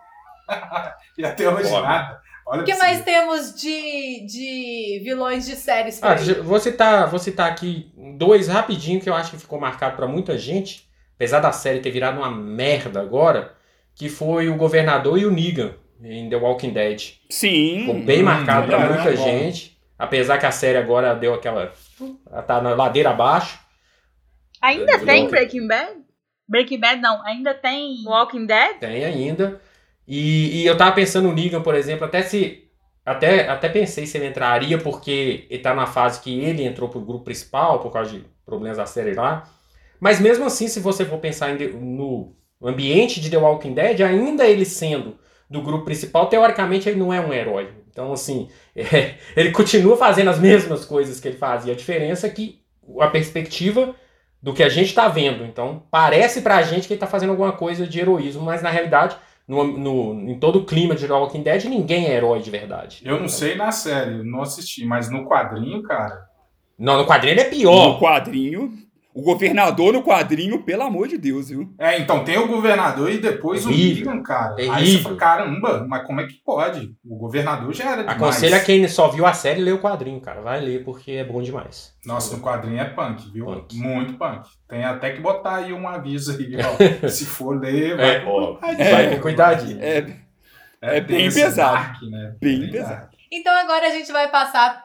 E até hoje Pô. nada. O que mais temos de, de vilões de séries? Ah, vou citar, vou citar aqui dois rapidinho que eu acho que ficou marcado pra muita gente, apesar da série ter virado uma merda agora, que foi o Governador e o Negan em The Walking Dead. Sim. Ficou bem hum, marcado pra é, muita é gente, apesar que a série agora deu aquela... Ela tá na ladeira abaixo. Ainda eu, tem eu... Breaking Bad? Breaking Bad não, ainda tem Walking Dead? Tem ainda. E, e eu tava pensando no Negan, por exemplo, até se... Até, até pensei se ele entraria, porque ele tá na fase que ele entrou pro grupo principal, por causa de problemas da série lá. Mas mesmo assim, se você for pensar em, no ambiente de The Walking Dead, ainda ele sendo do grupo principal, teoricamente ele não é um herói. Então, assim, é, ele continua fazendo as mesmas coisas que ele fazia. A diferença é que a perspectiva do que a gente tá vendo. Então, parece pra gente que ele tá fazendo alguma coisa de heroísmo, mas na realidade... No, no, em todo o clima de The Walking Dead, ninguém é herói de verdade. Eu não sei na série, não assisti, mas no quadrinho, cara... Não, no quadrinho ele é pior. No quadrinho... O governador no quadrinho, pelo amor de Deus, viu? É, então tem o governador e depois terrível, o Negan, cara. Terrível. Aí você fala, caramba, mas como é que pode? O governador já era demais. Aconselho a quem só viu a série ler o quadrinho, cara. Vai ler porque é bom demais. Nossa, no quadrinho é punk, viu? Punk. Muito punk. Tem até que botar aí um aviso aí, ó. Se for ler, vai é, com ó, cuidadinho. vai com cuidadinho. É, é, é bem esse pesado. dark, né? Bem, bem pesado. dark. Então agora a gente vai passar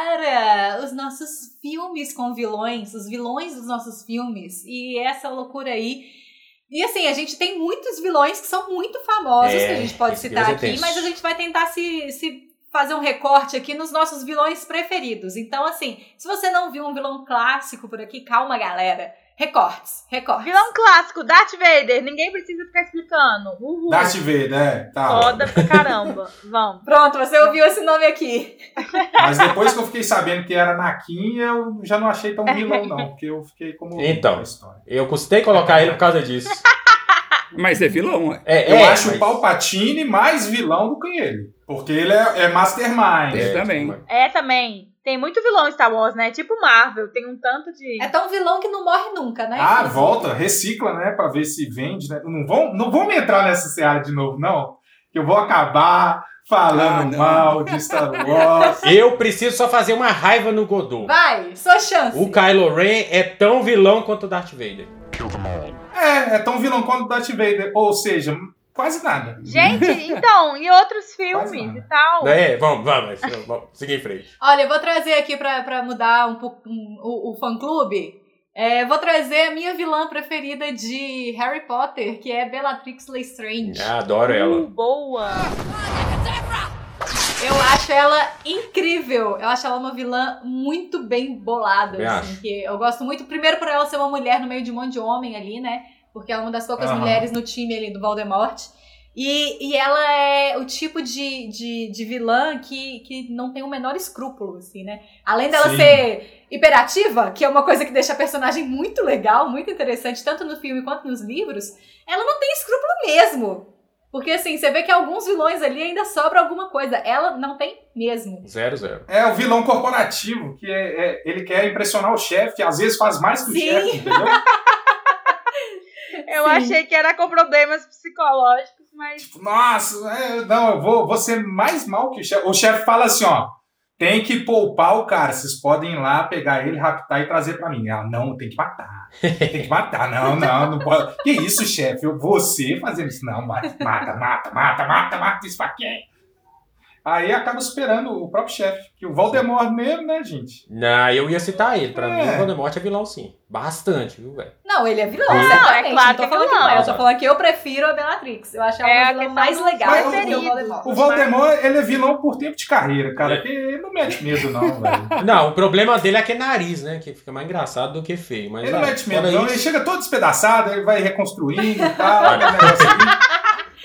para os nossos filmes com vilões, os vilões dos nossos filmes, e essa loucura aí. E assim, a gente tem muitos vilões que são muito famosos, é, que a gente pode citar aqui, tenso. Mas a gente vai tentar se, se fazer um recorte aqui nos nossos vilões preferidos. Então assim, se você não viu um vilão clássico por aqui, calma galera. Recortes, recortes. Vilão clássico, Darth Vader. Ninguém precisa ficar explicando. Uhul. Darth Vader, é. Tá. Foda pra caramba. Vamos. Pronto, você ouviu esse nome aqui. Mas depois que eu fiquei sabendo que era Anakin, eu já não achei tão vilão, não. Porque eu fiquei como... Então, eu custei colocar ele por causa disso. Mas é vilão, ué. É, Eu é, acho mas- o Palpatine mais vilão do que ele. Porque ele é, é mastermind. É, também. É, também. Tem muito vilão em Star Wars, né? Tipo Marvel, tem um tanto de... É tão vilão que não morre nunca, né? Ah, volta, recicla, né? Pra ver se vende, né? Não vão, não vão me entrar nessa seara de novo, não. Que eu vou acabar falando Ah, não. mal de Star Wars. Eu preciso só fazer uma raiva no Godot. Vai, sua chance. O Kylo Ren é tão vilão quanto o Darth Vader. É, é tão vilão quanto Darth Vader. Ou seja, quase nada. Gente, então, e outros filmes nada. e tal. É, vamos, vamos, vamos seguir em frente. Olha, eu vou trazer aqui pra, pra mudar um pouco um, o, o fã-clube. É, vou trazer a minha vilã preferida de Harry Potter, que é Bellatrix Lestrange. Ah, adoro ela. Uh, boa. Eu acho ela incrível. Eu acho ela uma vilã muito bem bolada. Eu Assim, acho. que eu gosto muito, primeiro por ela ser uma mulher no meio de um monte de homem ali, né? Porque ela é uma das poucas Aham. mulheres no time ali do Voldemort. E, e ela é o tipo de, de, de vilã que, que não tem o menor escrúpulo, assim, né? Além dela Sim. ser hiperativa, que é uma coisa que deixa a personagem muito legal, muito interessante, tanto no filme quanto nos livros, ela não tem escrúpulo mesmo. Porque, assim, você vê que alguns vilões ali ainda sobra alguma coisa. Ela não tem mesmo. Zero, zero. É o vilão corporativo, que é, é- ele quer impressionar o chefe, às vezes faz mais que o Sim. chefe, entendeu? Eu Sim. achei que era com problemas psicológicos, mas... Nossa, é, não, eu vou, vou ser mais mal que o chefe. O chefe fala assim, ó, tem que poupar o cara, vocês podem ir lá, pegar ele, raptar e trazer pra mim. Ela, não, tem que matar, tem que matar, não, não, não pode. Que isso, chefe, Eu- você fazendo isso, não, mata, mata, mata, mata, mata, mata, esfaqueia. Aí acaba superando o próprio chefe, que o Voldemort mesmo, né, gente? Não, eu ia citar ele. Pra É. mim, o Voldemort é vilão, sim. Bastante, viu, velho? Não, ele é vilão, Não, certamente. é claro não tô que é falando vilão. que não é. Eu tô falando que eu prefiro a Bellatrix. Eu acho ela É a uma vilã questão mais dos legal do que o preferidos. Voldemort. O Voldemort, ele é vilão por tempo de carreira, cara, que ele não mete medo, não, velho. Não, o problema dele é aquele nariz, né? Que fica mais engraçado do que feio. Mas, Ele não ah, mete medo, fora não. isso- Ele chega todo despedaçado, ele vai reconstruindo e tal. aquele negócio ali.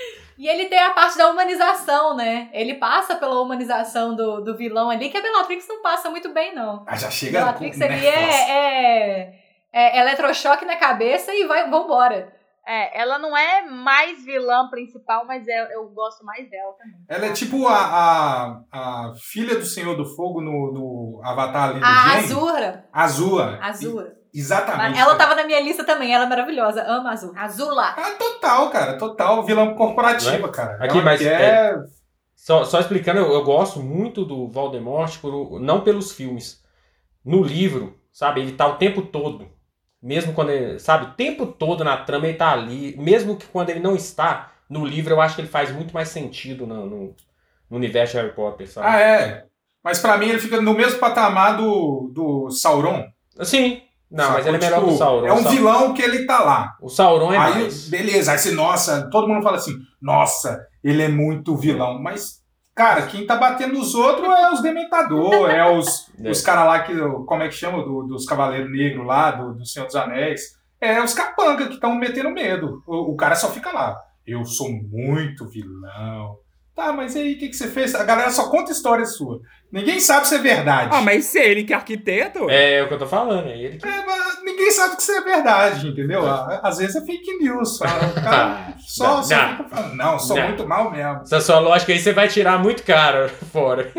E ele tem a parte da humanização, né? Ele passa pela humanização do, do vilão ali, que a Bellatrix não passa muito bem, não. Ah, já chega Bellatrix com- ali né? é, é, é eletrochoque na cabeça e vai, vambora. É, ela não é mais vilã principal, mas eu, eu gosto mais dela também. Ela é tipo a, a, a filha do Senhor do Fogo no, no Avatar ali do A Gênio. Azura. Azula. Azura. E- Exatamente. Ela tava na minha lista também, ela é maravilhosa. Amo a Azul. Azula. Ah, total, cara. Total vilã corporativa, cara. Aqui, Ela mas quer... Só, só explicando, eu, eu gosto muito do Voldemort, por, não pelos filmes. No livro, sabe? Ele tá o tempo todo. Mesmo quando ele, sabe? O tempo todo na trama ele tá ali. Mesmo que quando ele não está, no livro eu acho que ele faz muito mais sentido no, no, no universo de Harry Potter, sabe? Ah, é. Mas pra mim ele fica no mesmo patamar do, do Sauron. Sim. Não, Sacou? mas ele é melhor Tipo, que o Sauron. É um O Sauron- vilão que ele tá lá. O Sauron é Aí, mais. beleza, aí você, nossa, todo mundo fala assim, nossa, ele é muito vilão. Mas, cara, quem tá batendo os outros é os Dementador, é os, É. os caras lá que, como é que chama, do- dos Cavaleiros Negros lá, do, do Senhor dos Anéis. É os capanga que estão metendo medo. O, o cara só fica lá, eu sou muito vilão. Tá, mas e aí, o que, que você fez? A galera só conta história sua. Ninguém sabe se é verdade. Ah, mas se é ele que é arquiteto, ué. É o que eu tô falando, é ele que. É, mas ninguém sabe que isso é verdade, entendeu? Às vezes é fake news. Fala, o cara só, Não, só não. fica falando, não, sou Não. muito mal mesmo. Essa sua lógica aí você vai tirar muito caro fora.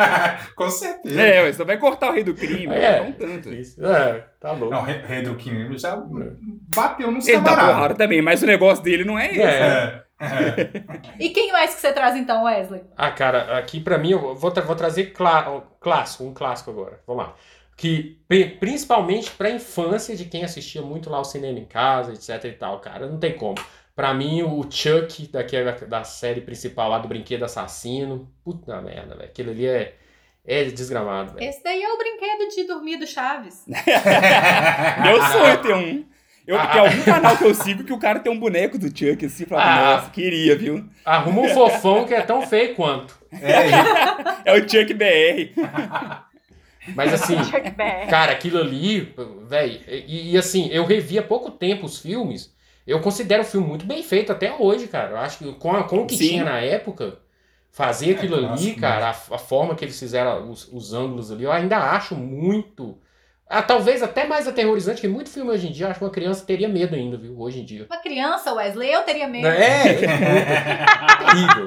Com certeza. É, ué, você vai cortar o rei do crime, É. não tanto. Isso, é, tá louco. Não, Rei Rei do King já bateu nos Ele dá camaradas. porrada também, mas o negócio dele não é esse. É. É, é. E quem mais que você traz então, Wesley? Ah, cara, aqui pra mim, eu vou, tra- vou trazer clá- um clássico, um clássico agora. Vamos lá. Que pri- principalmente pra infância de quem assistia muito lá o cinema em casa, etc e tal, cara, não tem como. Pra mim, o Chuck, daquela, da série principal lá do Brinquedo Assassino, puta merda, velho. Aquilo ali é, é desgramado, velho. Esse daí é o brinquedo de dormir do Chaves. Meu sonho é ter um. Eu, tem algum canal que eu sigo que o cara tem um boneco do Chuck assim, fala, Ah. nossa, queria, viu? Arruma um fofão que é tão feio quanto. É, É o Chuck B R. Mas assim, Chuck Berry. cara, aquilo ali, velho, e, e assim, eu revi há pouco tempo os filmes, eu considero o filme muito bem feito até hoje, cara. Eu acho que com, a- com o que Sim. tinha na época, fazer aquilo ali, clássico, cara, a, a forma que eles fizeram os, os ângulos ali, eu ainda acho muito Ah, talvez até mais aterrorizante que muito filme hoje em dia. Acho que uma criança teria medo ainda, viu? Hoje em dia. Uma criança, Wesley, eu teria medo. É, horrível.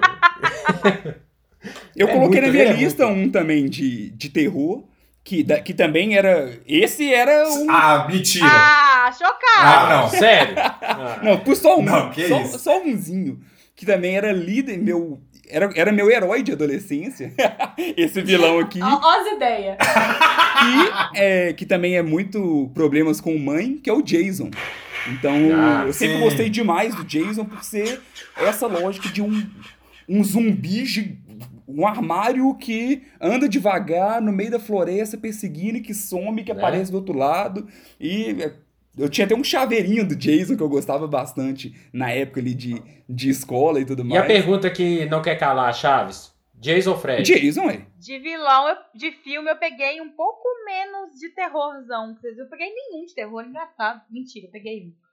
Eu É coloquei muito, na minha é lista muito. um também de, de terror, que, da- que também era... Esse era um... Ah, mentira. Ah, chocado. Ah, não. Sério? Ah. Não, por só um. Não, que só, isso? só umzinho. Que também era líder, meu... Era, era meu herói de adolescência. Esse vilão aqui. Ó, ó as ideias. Que, é, que também é muito problemas com mãe, que é o Jason. Então, Ah, eu sempre sim. gostei demais do Jason por ser essa lógica de um, um zumbi, gi- um armário que anda devagar no meio da floresta, perseguindo, e que some, que Né? aparece do outro lado. E é, eu tinha até um chaveirinho do Jason que eu gostava bastante na época ali de, de escola e tudo E mais. a pergunta que não quer calar, Chaves? Jason ou Fred? Jason, é. De vilão, eu- de filme, eu peguei um pouco menos de terrorzão. Eu peguei nenhum de terror, engraçado. Mentira, eu peguei um.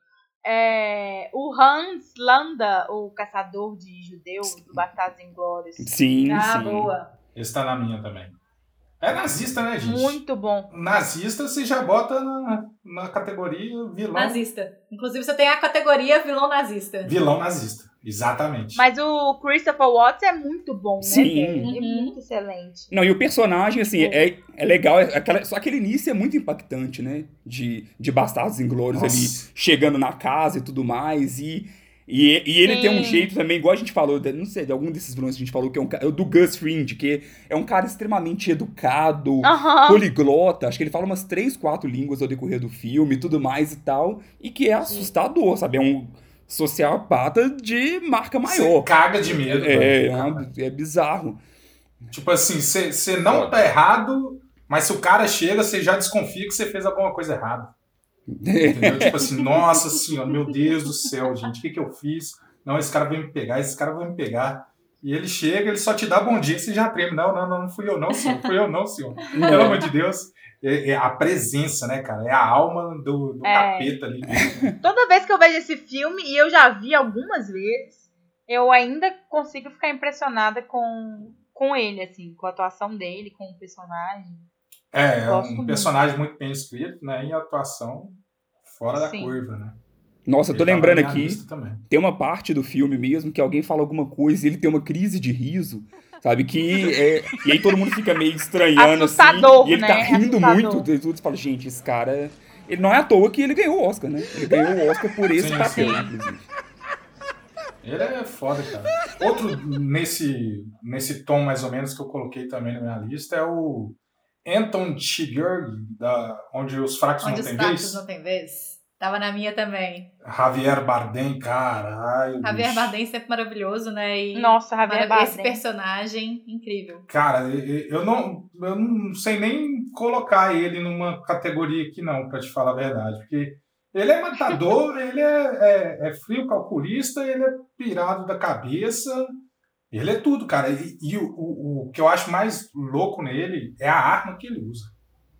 É, o Hans Landa, o caçador de judeus do Bastardos Inglórios. Sim, Ah, sim. boa. Esse tá na minha também. É nazista, né, gente? Muito bom. Nazista você já bota na, na categoria vilão. Nazista. Inclusive, você tem a categoria vilão nazista. Vilão nazista. Exatamente. Mas o Christopher Watts é muito bom, né? Sim. Ele é Uhum. muito excelente. Não, e o personagem, assim, é, é legal. É aquela, só aquele início é muito impactante, né? De, de Bastardos Inglórios ali, Nossa. chegando na casa e tudo mais. E, e, e ele Sim. tem um jeito também, igual a gente falou, de- não sei, de algum desses vilões que a gente falou, que é um ca- é o do Gus Fring, que é um cara extremamente educado, Aham. poliglota. Acho que ele fala umas três, quatro línguas ao decorrer do filme e tudo mais e tal. E que é assustador, sabe? É um sociopata de marca Você maior. caga de medo. É, velho. é, uma- é bizarro. Tipo assim, você você não tá errado, mas se o cara chega, você já desconfia que você fez alguma coisa errada. Entendeu? Tipo assim, nossa senhora, meu Deus do céu, gente, o que que eu fiz? Não, esse cara vai me pegar, esse cara vai me pegar. E ele chega, ele só te dá bom dia e você já treme. Não, não, não, não fui eu não, senhor. Fui eu não, senhor. Pelo amor de Deus. É, é a presença, né, cara? É a alma do, do É. capeta ali. Toda vez que eu vejo esse filme, e eu já vi algumas vezes, eu ainda consigo ficar impressionada com, com ele, assim, com a atuação dele, com o personagem. É, é Gosto um muito. personagem muito bem escrito, né? E a atuação fora da Sim. curva, né? Nossa, eu tô Ele tá na lembrando minha aqui, lista também. tem uma parte do filme mesmo que alguém fala alguma coisa e ele tem uma crise de riso, sabe? Que é, e aí todo mundo fica meio estranhando Assustador, assim. E ele né? tá rindo Assustador. muito. E tudo fala, gente, esse cara. Ele não é à toa que ele ganhou o Oscar, né? Ele ganhou o Oscar por esse Sim, papel, sim. inclusive. Ele é foda, cara. Outro nesse, nesse tom mais ou menos que eu coloquei também na minha lista é o Anton Chigurh, da Onde os Fracos Onde Não os Têm fracos Vez. não tem vez. Tava na minha também. Javier Bardem, caralho. Javier bicho. Bardem sempre maravilhoso, né? E Nossa, Javier marav- Esse Bardem. personagem, incrível. Cara, eu eu não, eu não sei nem colocar ele numa categoria aqui não, pra te falar a verdade. Porque ele é matador, ele é, é, é frio calculista, ele é pirado da cabeça. Ele é tudo, cara. E, e o, o, o que eu acho mais louco nele é a arma que ele usa.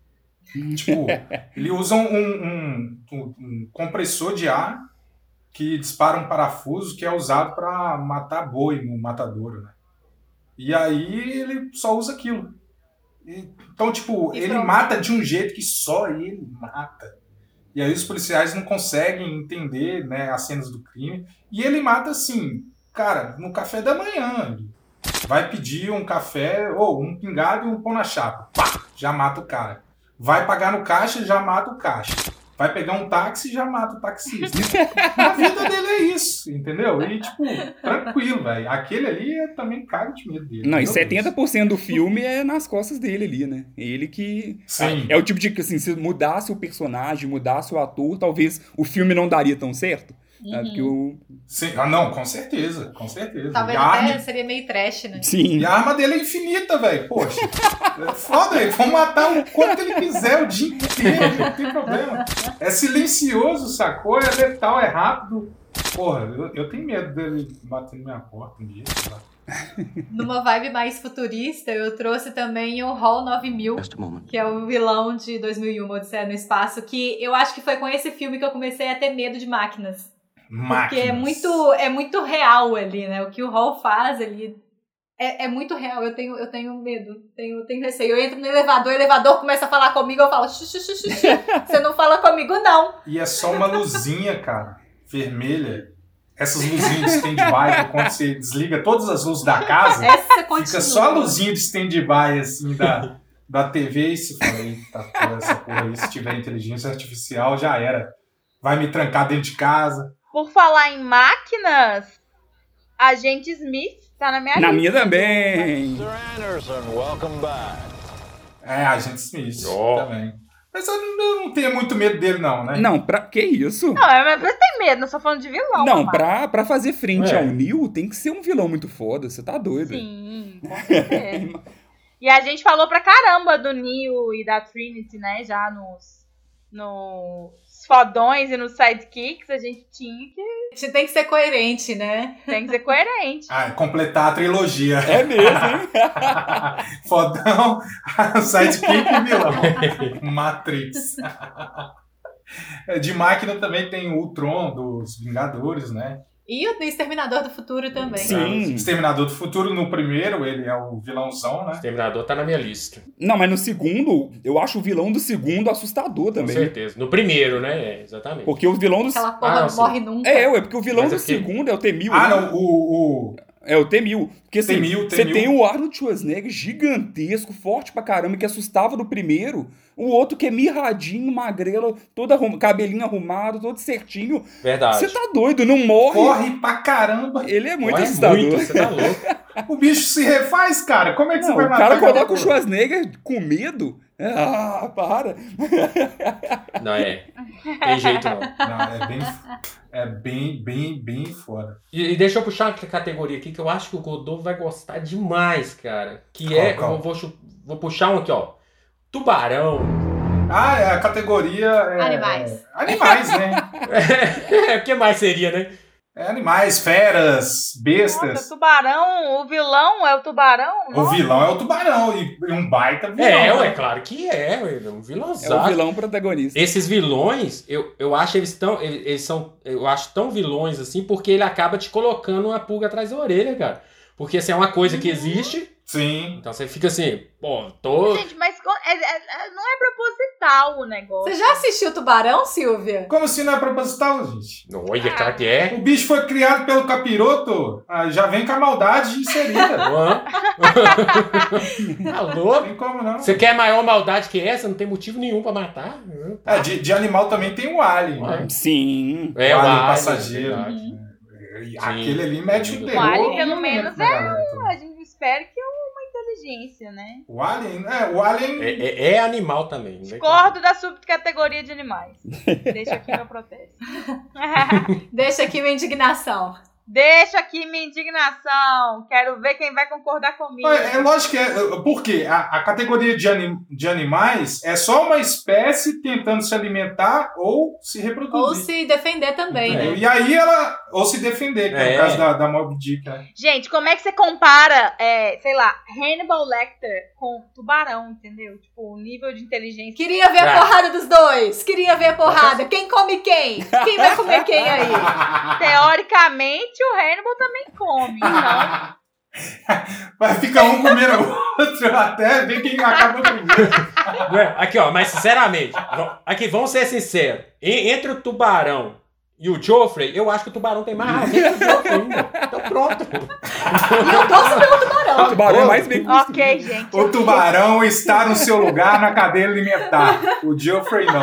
Tipo, ele usa um, um, um- um compressor de ar que dispara um parafuso que é usado para matar boi no matadouro, né? E aí ele só usa aquilo. E- Então, tipo, E ele pronto. mata de um jeito que só ele mata. E aí os policiais não conseguem entender, né, as cenas do crime. E ele mata assim, cara, no café da manhã. Ele vai pedir um café, ou um pingado e um pão na chapa. Pá, já mata o cara. Vai pagar no caixa, já mata o caixa. Vai pegar um táxi, já mata o taxista. A vida dele é isso, entendeu? E, tipo, tranquilo, velho. Aquele ali é também caga de medo dele. Não, e meu setenta por cento do filme é nas costas dele ali, né? Ele que. Sim. É o tipo de que, assim, se mudasse o personagem, mudasse o ator, talvez o filme não daria tão certo. Sabe? Porque o... Sim. Ah, não, com certeza, com certeza. Talvez E a até arma- seria meio trash, né? Sim. E a arma dele é infinita, velho. Poxa. É foda, eles vão matar o quanto ele quiser o dia inteiro, não tem problema. É silencioso, sacou? É letal, é rápido. Porra, eu, eu tenho medo dele bater na minha porta um dia, sei lá. Numa vibe mais futurista, eu trouxe também o Hall nove mil, que é o vilão de dois mil e um, Odisseia no Espaço, que eu acho que foi com esse filme que eu comecei a ter medo de máquinas. Porque é Máquinas. muito, é muito real ali, né? O que o Hall faz ali É, é muito real, eu tenho, eu tenho medo, tenho, tenho receio. Eu entro no elevador, o elevador começa a falar comigo, eu falo, xixi, xixi, xixi. Você não fala comigo, não. E é só uma luzinha, cara, vermelha. Essas luzinhas de stand-by, quando você desliga todas as luzes da casa, Essa continua. Fica só a luzinha de stand-by, assim, da, da T V, e se fala, eita, porra, essa porra aí, se tiver inteligência artificial, já era. Vai me trancar dentro de casa. Por falar em máquinas, Agente Smith tá na minha Na lista. minha também. É, Agente Smith Oh. também. Mas eu não, eu não tenho muito medo dele, não, né? Não, pra que isso? Não, é, mas você tem medo, não sou falando de vilão. Não, mamãe. pra, pra fazer frente É. ao Neo, tem que ser um vilão muito foda. Você tá doido. Sim, com certeza. E a gente falou pra caramba do Neo e da Trinity, né? Já nos, nos fodões e nos sidekicks, a gente tinha que, A gente tem que ser coerente, né? tem que ser coerente. Ah, completar a trilogia. É mesmo, hein? Fodão, sidekick e vilão. Matrix. De máquina também tem o Ultron dos Vingadores, né? E o Exterminador do Futuro também. Sim. Exterminador do Futuro, no primeiro, ele é o vilãozão, né? Exterminador tá na minha lista. Não, mas no segundo, eu acho o vilão do segundo assustador Com também. certeza. No primeiro, né? É, exatamente. Porque o vilão do... Aquela porra Ah, não sim. morre nunca. É, ué, porque o vilão Mas do é porque- segundo é o T mil. Ah, né? não, o... o... É o T mil. Porque assim, T mil, T você mil. tem o Arnold Schwarzenegger gigantesco, forte pra caramba, que assustava no primeiro. O outro que é mirradinho, magrelo, todo arrum... cabelinho arrumado, todo certinho. Verdade. Você tá doido, não morre. Corre pra caramba. Ele é muito Corre assustador. muito, você tá louco. O bicho se refaz, cara. Como é que Não, você vai o matar cara aquela coloca o porra? Schwarzenegger com medo. Ah, para. Não, é. Tem jeito não. Não, é bem, é bem, bem, bem foda. E, e deixa eu puxar uma categoria aqui que eu acho que o Godot vai gostar demais, cara. Que Qual, é. qual? Eu vou, chu- vou puxar um aqui, ó. Tubarão. Ah, é, a categoria é... Animais. é animais, né? O que mais seria, né? É animais, feras, bestas. Nossa, tubarão, o vilão é o tubarão? O Nossa. vilão é o tubarão e e um baita vilão. É, né? ué, claro que é, ué, um É o vilãozaço. vilão protagonista. Esses vilões, eu, eu acho eles tão. Eles, eles são. Eu acho tão vilões assim, porque ele acaba te colocando uma pulga atrás da orelha, cara. Porque assim, é uma coisa que existe, Sim. então você fica assim, pô, tô. Gente, mas co- é- é- é- não é proposital o negócio. Você já assistiu Tubarão, Silvia? Como se não é proposital, gente? Olha, claro que é. O bicho foi criado pelo capiroto, ah, já vem com a maldade inserida. Hã? Tá Não louco? tem como não. Você quer maior maldade que essa? Não tem motivo nenhum pra matar. É, de, de animal também tem o Alien, né? Sim. É, o o Alien Alien, passageiro. verdade. E Aquele ali mete o O terror. Alien, pelo no menos, momento da galera toda. A gente espera que é uma inteligência, né? O Alien, é, o Alien... É, é- é animal também. Né? Discordo da subcategoria de animais. Deixa aqui meu protesto. Deixa aqui minha indignação. Deixa aqui minha indignação. Quero ver quem vai concordar comigo. É, é lógico que é. Por quê? A, a categoria de, anim, de animais é só uma espécie tentando se alimentar ou se reproduzir. Ou se defender também, Entendeu? né? E aí ela. Ou se defender, que é, É. o caso da, da Moby Dick. Né? Gente, como é que você compara, é, sei lá, Hannibal Lecter com Tubarão, entendeu? Tipo, o nível de inteligência. Queria ver a Ah. porrada dos dois. Queria ver a porrada. Quem come quem? Quem vai comer quem aí? Teoricamente, o Hannibal também come. Então, Vai ficar um comendo o outro até ver quem acaba primeiro. Não é? Aqui, ó, mas sinceramente, v- aqui, vamos ser sinceros. E- Entre o tubarão e o Joffrey, eu acho que o tubarão tem mais razão que o Joffrey ainda. Então pronto. E eu torço pelo O Tubarão. tubarão é mais bem construído. ok, gente. O tubarão está no seu lugar na cadeia alimentar. O Geoffrey não.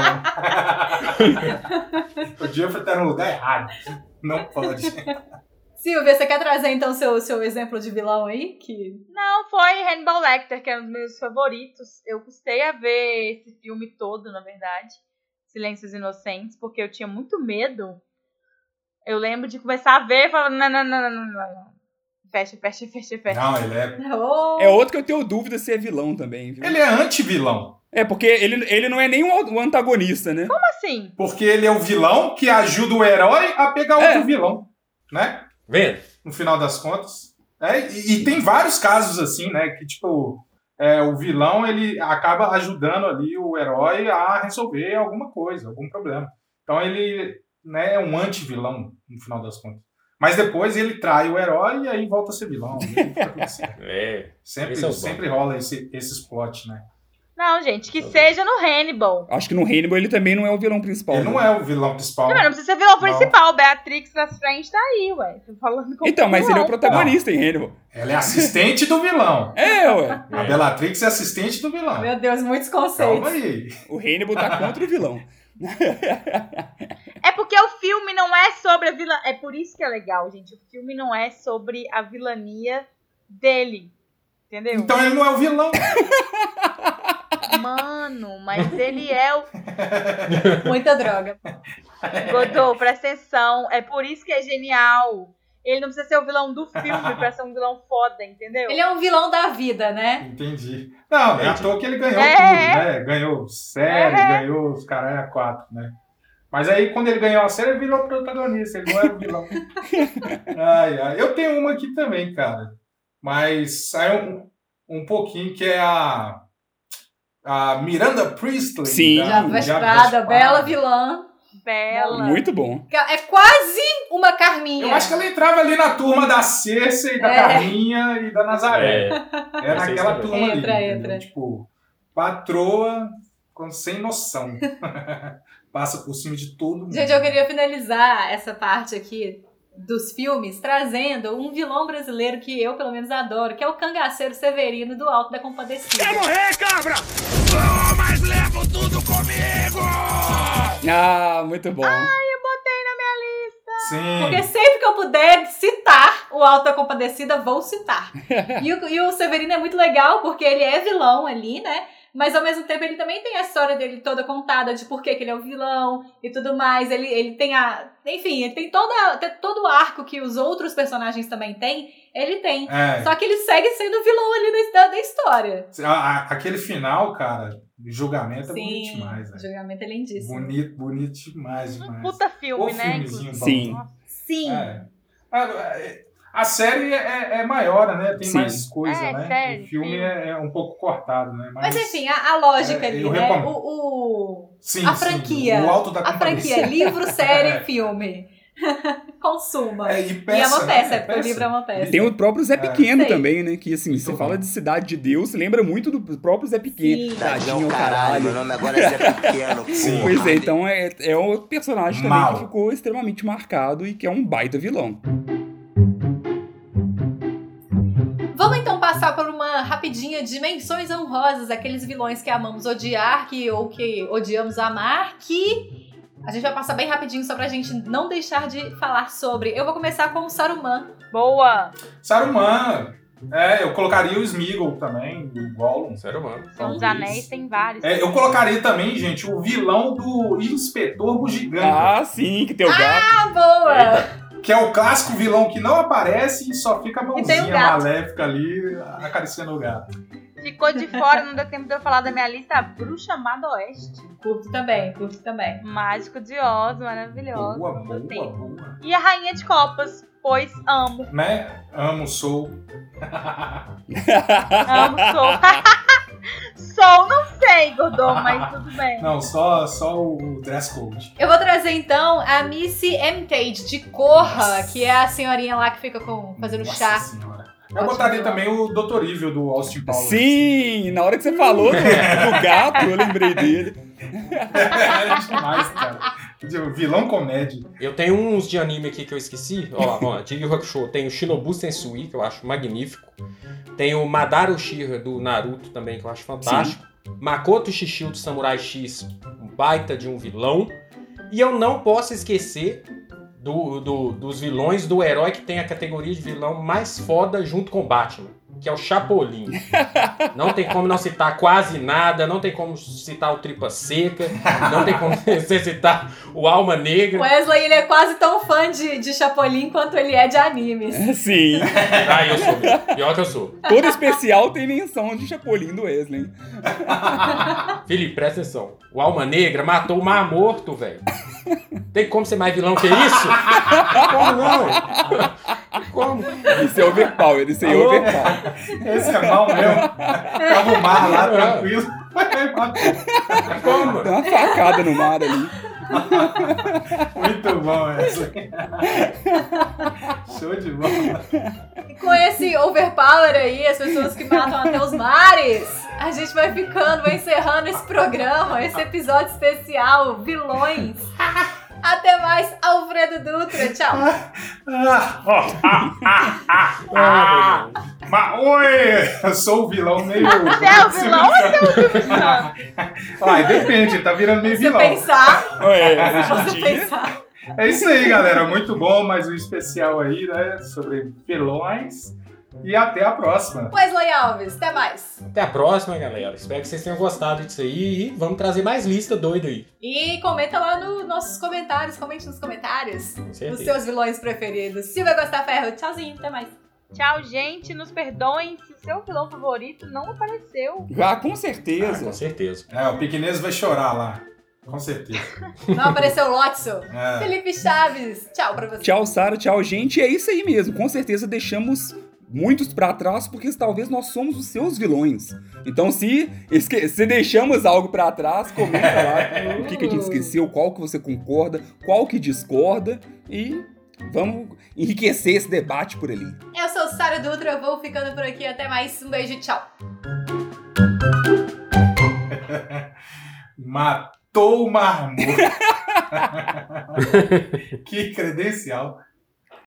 O Geoffrey está no lugar errado. Não pode. Silvia, você quer trazer então seu, seu exemplo de vilão aí? Que... Não, foi Hannibal Lecter, que é um dos meus favoritos. Eu custei a ver esse filme todo, na verdade. Silêncios Inocentes, porque eu tinha muito medo. Eu lembro de começar a ver e falar, não, não, não, não, não, não. Fecha, fecha, fecha, fecha. Não, ele é. Oh. É outro que eu tenho dúvida se é vilão também, viu? Ele é anti-vilão. É, porque ele, ele não é nem o o antagonista, né? Como assim? Porque ele é o vilão que ajuda o herói a pegar outro É. vilão. Né? Vendo? No final das contas. É, e, e tem vários casos assim, né? Que tipo, é, o vilão ele acaba ajudando ali o herói a resolver alguma coisa, algum problema. Então ele, né, é um anti-vilão, no final das contas. Mas depois ele trai o herói e aí volta a ser vilão. E aí fica tudo certo. É. Sempre, Esse é o sempre rola esse, esses plot, né? Não, gente, que seja no Hannibal. Acho que no Hannibal ele também não é o vilão principal. Ele né? não é o vilão principal. Não, não precisa ser vilão Não. principal. Beatrix Lestrange tá aí, ué. Tô falando como Então, mas ele é o vilão. protagonista em Hannibal. Ela é assistente do vilão. É, ué. A Bellatrix é assistente do vilão. Meu Deus, muitos Calma conceitos. aí. O Hannibal tá contra o vilão. É porque o filme não é sobre a vilã. É por isso que é legal, gente. O filme não é sobre a vilania dele. Entendeu? Então ele não é o vilão. Mano, mas ele é o. Muita droga. Godô, presta atenção. É por isso que é genial. Ele não precisa ser o vilão do filme pra ser um vilão foda, entendeu? Ele é um vilão da vida, né? Entendi. Não, é à toa que ele ganhou É. tudo, né? Ganhou série, É. ganhou os caralho a quatro, né? Mas aí, quando ele ganhou a série, ele virou protagonista. Ele não era o vilão. Ai, ai. Eu tenho uma aqui também, cara. Mas saiu um, um pouquinho, que é a... A Miranda Priestley. Sim. da- Já Vesprada, bela vilã. Bela. Muito bom. É quase uma Carminha. Eu acho que ela entrava ali na turma da Cersei, da É. Carminha e da Nazaré. É. Era Vocês aquela também. turma ali. Entra, entendeu? entra. Tipo, patroa com- sem noção. Passa por cima de todo mundo. Gente, eu queria finalizar essa parte aqui dos filmes trazendo um vilão brasileiro que eu, pelo menos, adoro, que é o Cangaceiro Severino do Alto da Compadecida. Quer morrer, cabra? Oh, mas levo tudo comigo! Ah, muito bom. Eu botei na minha lista. Sim. Porque sempre que eu puder citar o Alto da Compadecida, vou citar. E o, e o Severino é muito legal, porque ele é vilão ali, né? Mas ao mesmo tempo ele também tem a história dele toda contada de por que que ele é o vilão e tudo mais. Ele, ele tem a... Enfim, ele tem toda, tem todo o arco que os outros personagens também têm. Ele tem. É. Só que ele segue sendo o vilão ali da, da história. A- a- aquele final, cara, de julgamento é bonito Sim, demais, o velho. julgamento é lindíssimo. Bonito, bonito demais, Um demais. puta filme, O né? filmezinho bom. Sim. Nossa. Sim. É. A, a série é, é maior, né? Tem Sim. mais coisa, É, né? série, o filme sim. é, é um pouco cortado, né? Mas enfim, a, a lógica É, ali, eu né? recomendo. O, o- sim, a sim, franquia. o Alto da a franquia, Compadecida. livro, série, É. filme. Consuma. É, e E peça, é uma peça, né? é porque o livro é uma peça. Tem o próprio Zé É. Pequeno Sei. também, né? Que assim, você Muito fala bom. de Cidade de Deus, lembra muito do próprio Zé Pequeno. Sim. Tadinho, caralho. meu nome agora é Zé Pequeno. Sim. Pois é, então é, é um personagem também Mal. que ficou extremamente marcado e que é um baita vilão. Vamos então passar por uma rapidinha de menções honrosas, aqueles vilões que amamos odiar, que, ou que odiamos amar, que a gente vai passar bem rapidinho só pra gente não deixar de falar sobre. Eu vou começar com o Saruman. Boa. Saruman. É, eu colocaria o Sméagol também, o Gollum. Sério, mano. Senhor dos Talvez. Anéis tem vários. É, eu colocaria também, gente, o vilão do Inspetor Bugiganga. Ah, sim, que tem o gato. Ah, boa! Que é o clássico vilão que não aparece e só fica a tem mãozinha o gato. maléfica ali acariciando o gato. Ficou de fora, não deu tempo de eu falar da minha lista. A Bruxa Madoeste. Curto também, curto também. Mágico de Oz, maravilhosa. Boa, boa, Gostei. boa. E a Rainha de Copas, pois amo. Né? Amo, sou. Amo, sou. Sou, não sei, Godô, mas tudo bem. Não, só, só o dress code. Eu vou trazer então a Missy Armitage de Corra, Nossa. que é a senhorinha lá que fica com, fazendo Nossa chá. senhora. Eu Ótimo botaria vilão. também o doutor Evil do Austin Powers. Sim, na hora que você falou do, do gato, eu lembrei dele. É demais, cara. Vilão comédia. Eu tenho uns de anime aqui que eu esqueci. Ó lá, vamos lá. Yu Yu Hakusho. Tem o Shinobu Sensui, que eu acho magnífico. Tem o Madara Uchiha do Naruto também, que eu acho fantástico. Makoto Shishio do Samurai X, um baita de um vilão. E eu não posso esquecer do, do- dos vilões do herói que tem a categoria de vilão mais foda junto com o Batman, que é o Chapolin. Não tem como não citar quase nada, não tem como citar o Tripa Seca, não tem como você citar o Alma Negra. Wesley, ele é quase tão fã de, de Chapolin quanto ele é de animes. Sim, Ah, eu sou mesmo. Pior que eu sou. todo especial tem menção de Chapolin do Wesley. Felipe, presta atenção. O Alma Negra matou o Mar Morto, velho. Tem como ser mais vilão que isso? Como não? Como? Isso é overpower, isso aí é Alô? overpower. Esse é mal mesmo. Tava o mar lá, tranquilo. Como? Dá uma facada no mar ali. Muito bom essa. Show de bola. E com esse overpower aí, as pessoas que matam até os mares, a gente vai ficando, vai encerrando esse programa, esse episódio especial, vilões. Até mais, Alfredo Dutra. Tchau. Mas, oi! Eu sou o vilão meio... Você é o vilão ou você é o vilão? Ah, depende, tá virando meio Se vilão. pensar, É, se você pensar. É isso aí, galera. Muito bom. Mais um especial aí, né? Sobre vilões. E até a próxima. Wesley Alves, até mais. Até a próxima, galera. Espero que vocês tenham gostado disso aí. E vamos trazer mais lista doida aí. E comenta lá nos nossos comentários, comente nos comentários certeza. os seus vilões preferidos. Silvia Costa Ferro, tchauzinho, até mais. Tchau, gente. Nos perdoem se o seu vilão favorito não apareceu. Ah, com Ah, certeza. com certeza. É, o Piquinês vai chorar lá. Com certeza. Não apareceu o Lotso. É. Felipe Chaves, tchau pra você. Tchau, Sara, tchau, gente. E é isso aí mesmo. Com certeza deixamos muitos pra trás, porque talvez nós somos os seus vilões. Então, se, esque- se deixamos algo pra trás, comenta lá o que, que a gente esqueceu, qual que você concorda, qual que discorda, e vamos enriquecer esse debate por ali. Eu sou Sara Dutra, vou ficando por aqui. Até mais. Um beijo, tchau. Matou o marmota. Que credencial.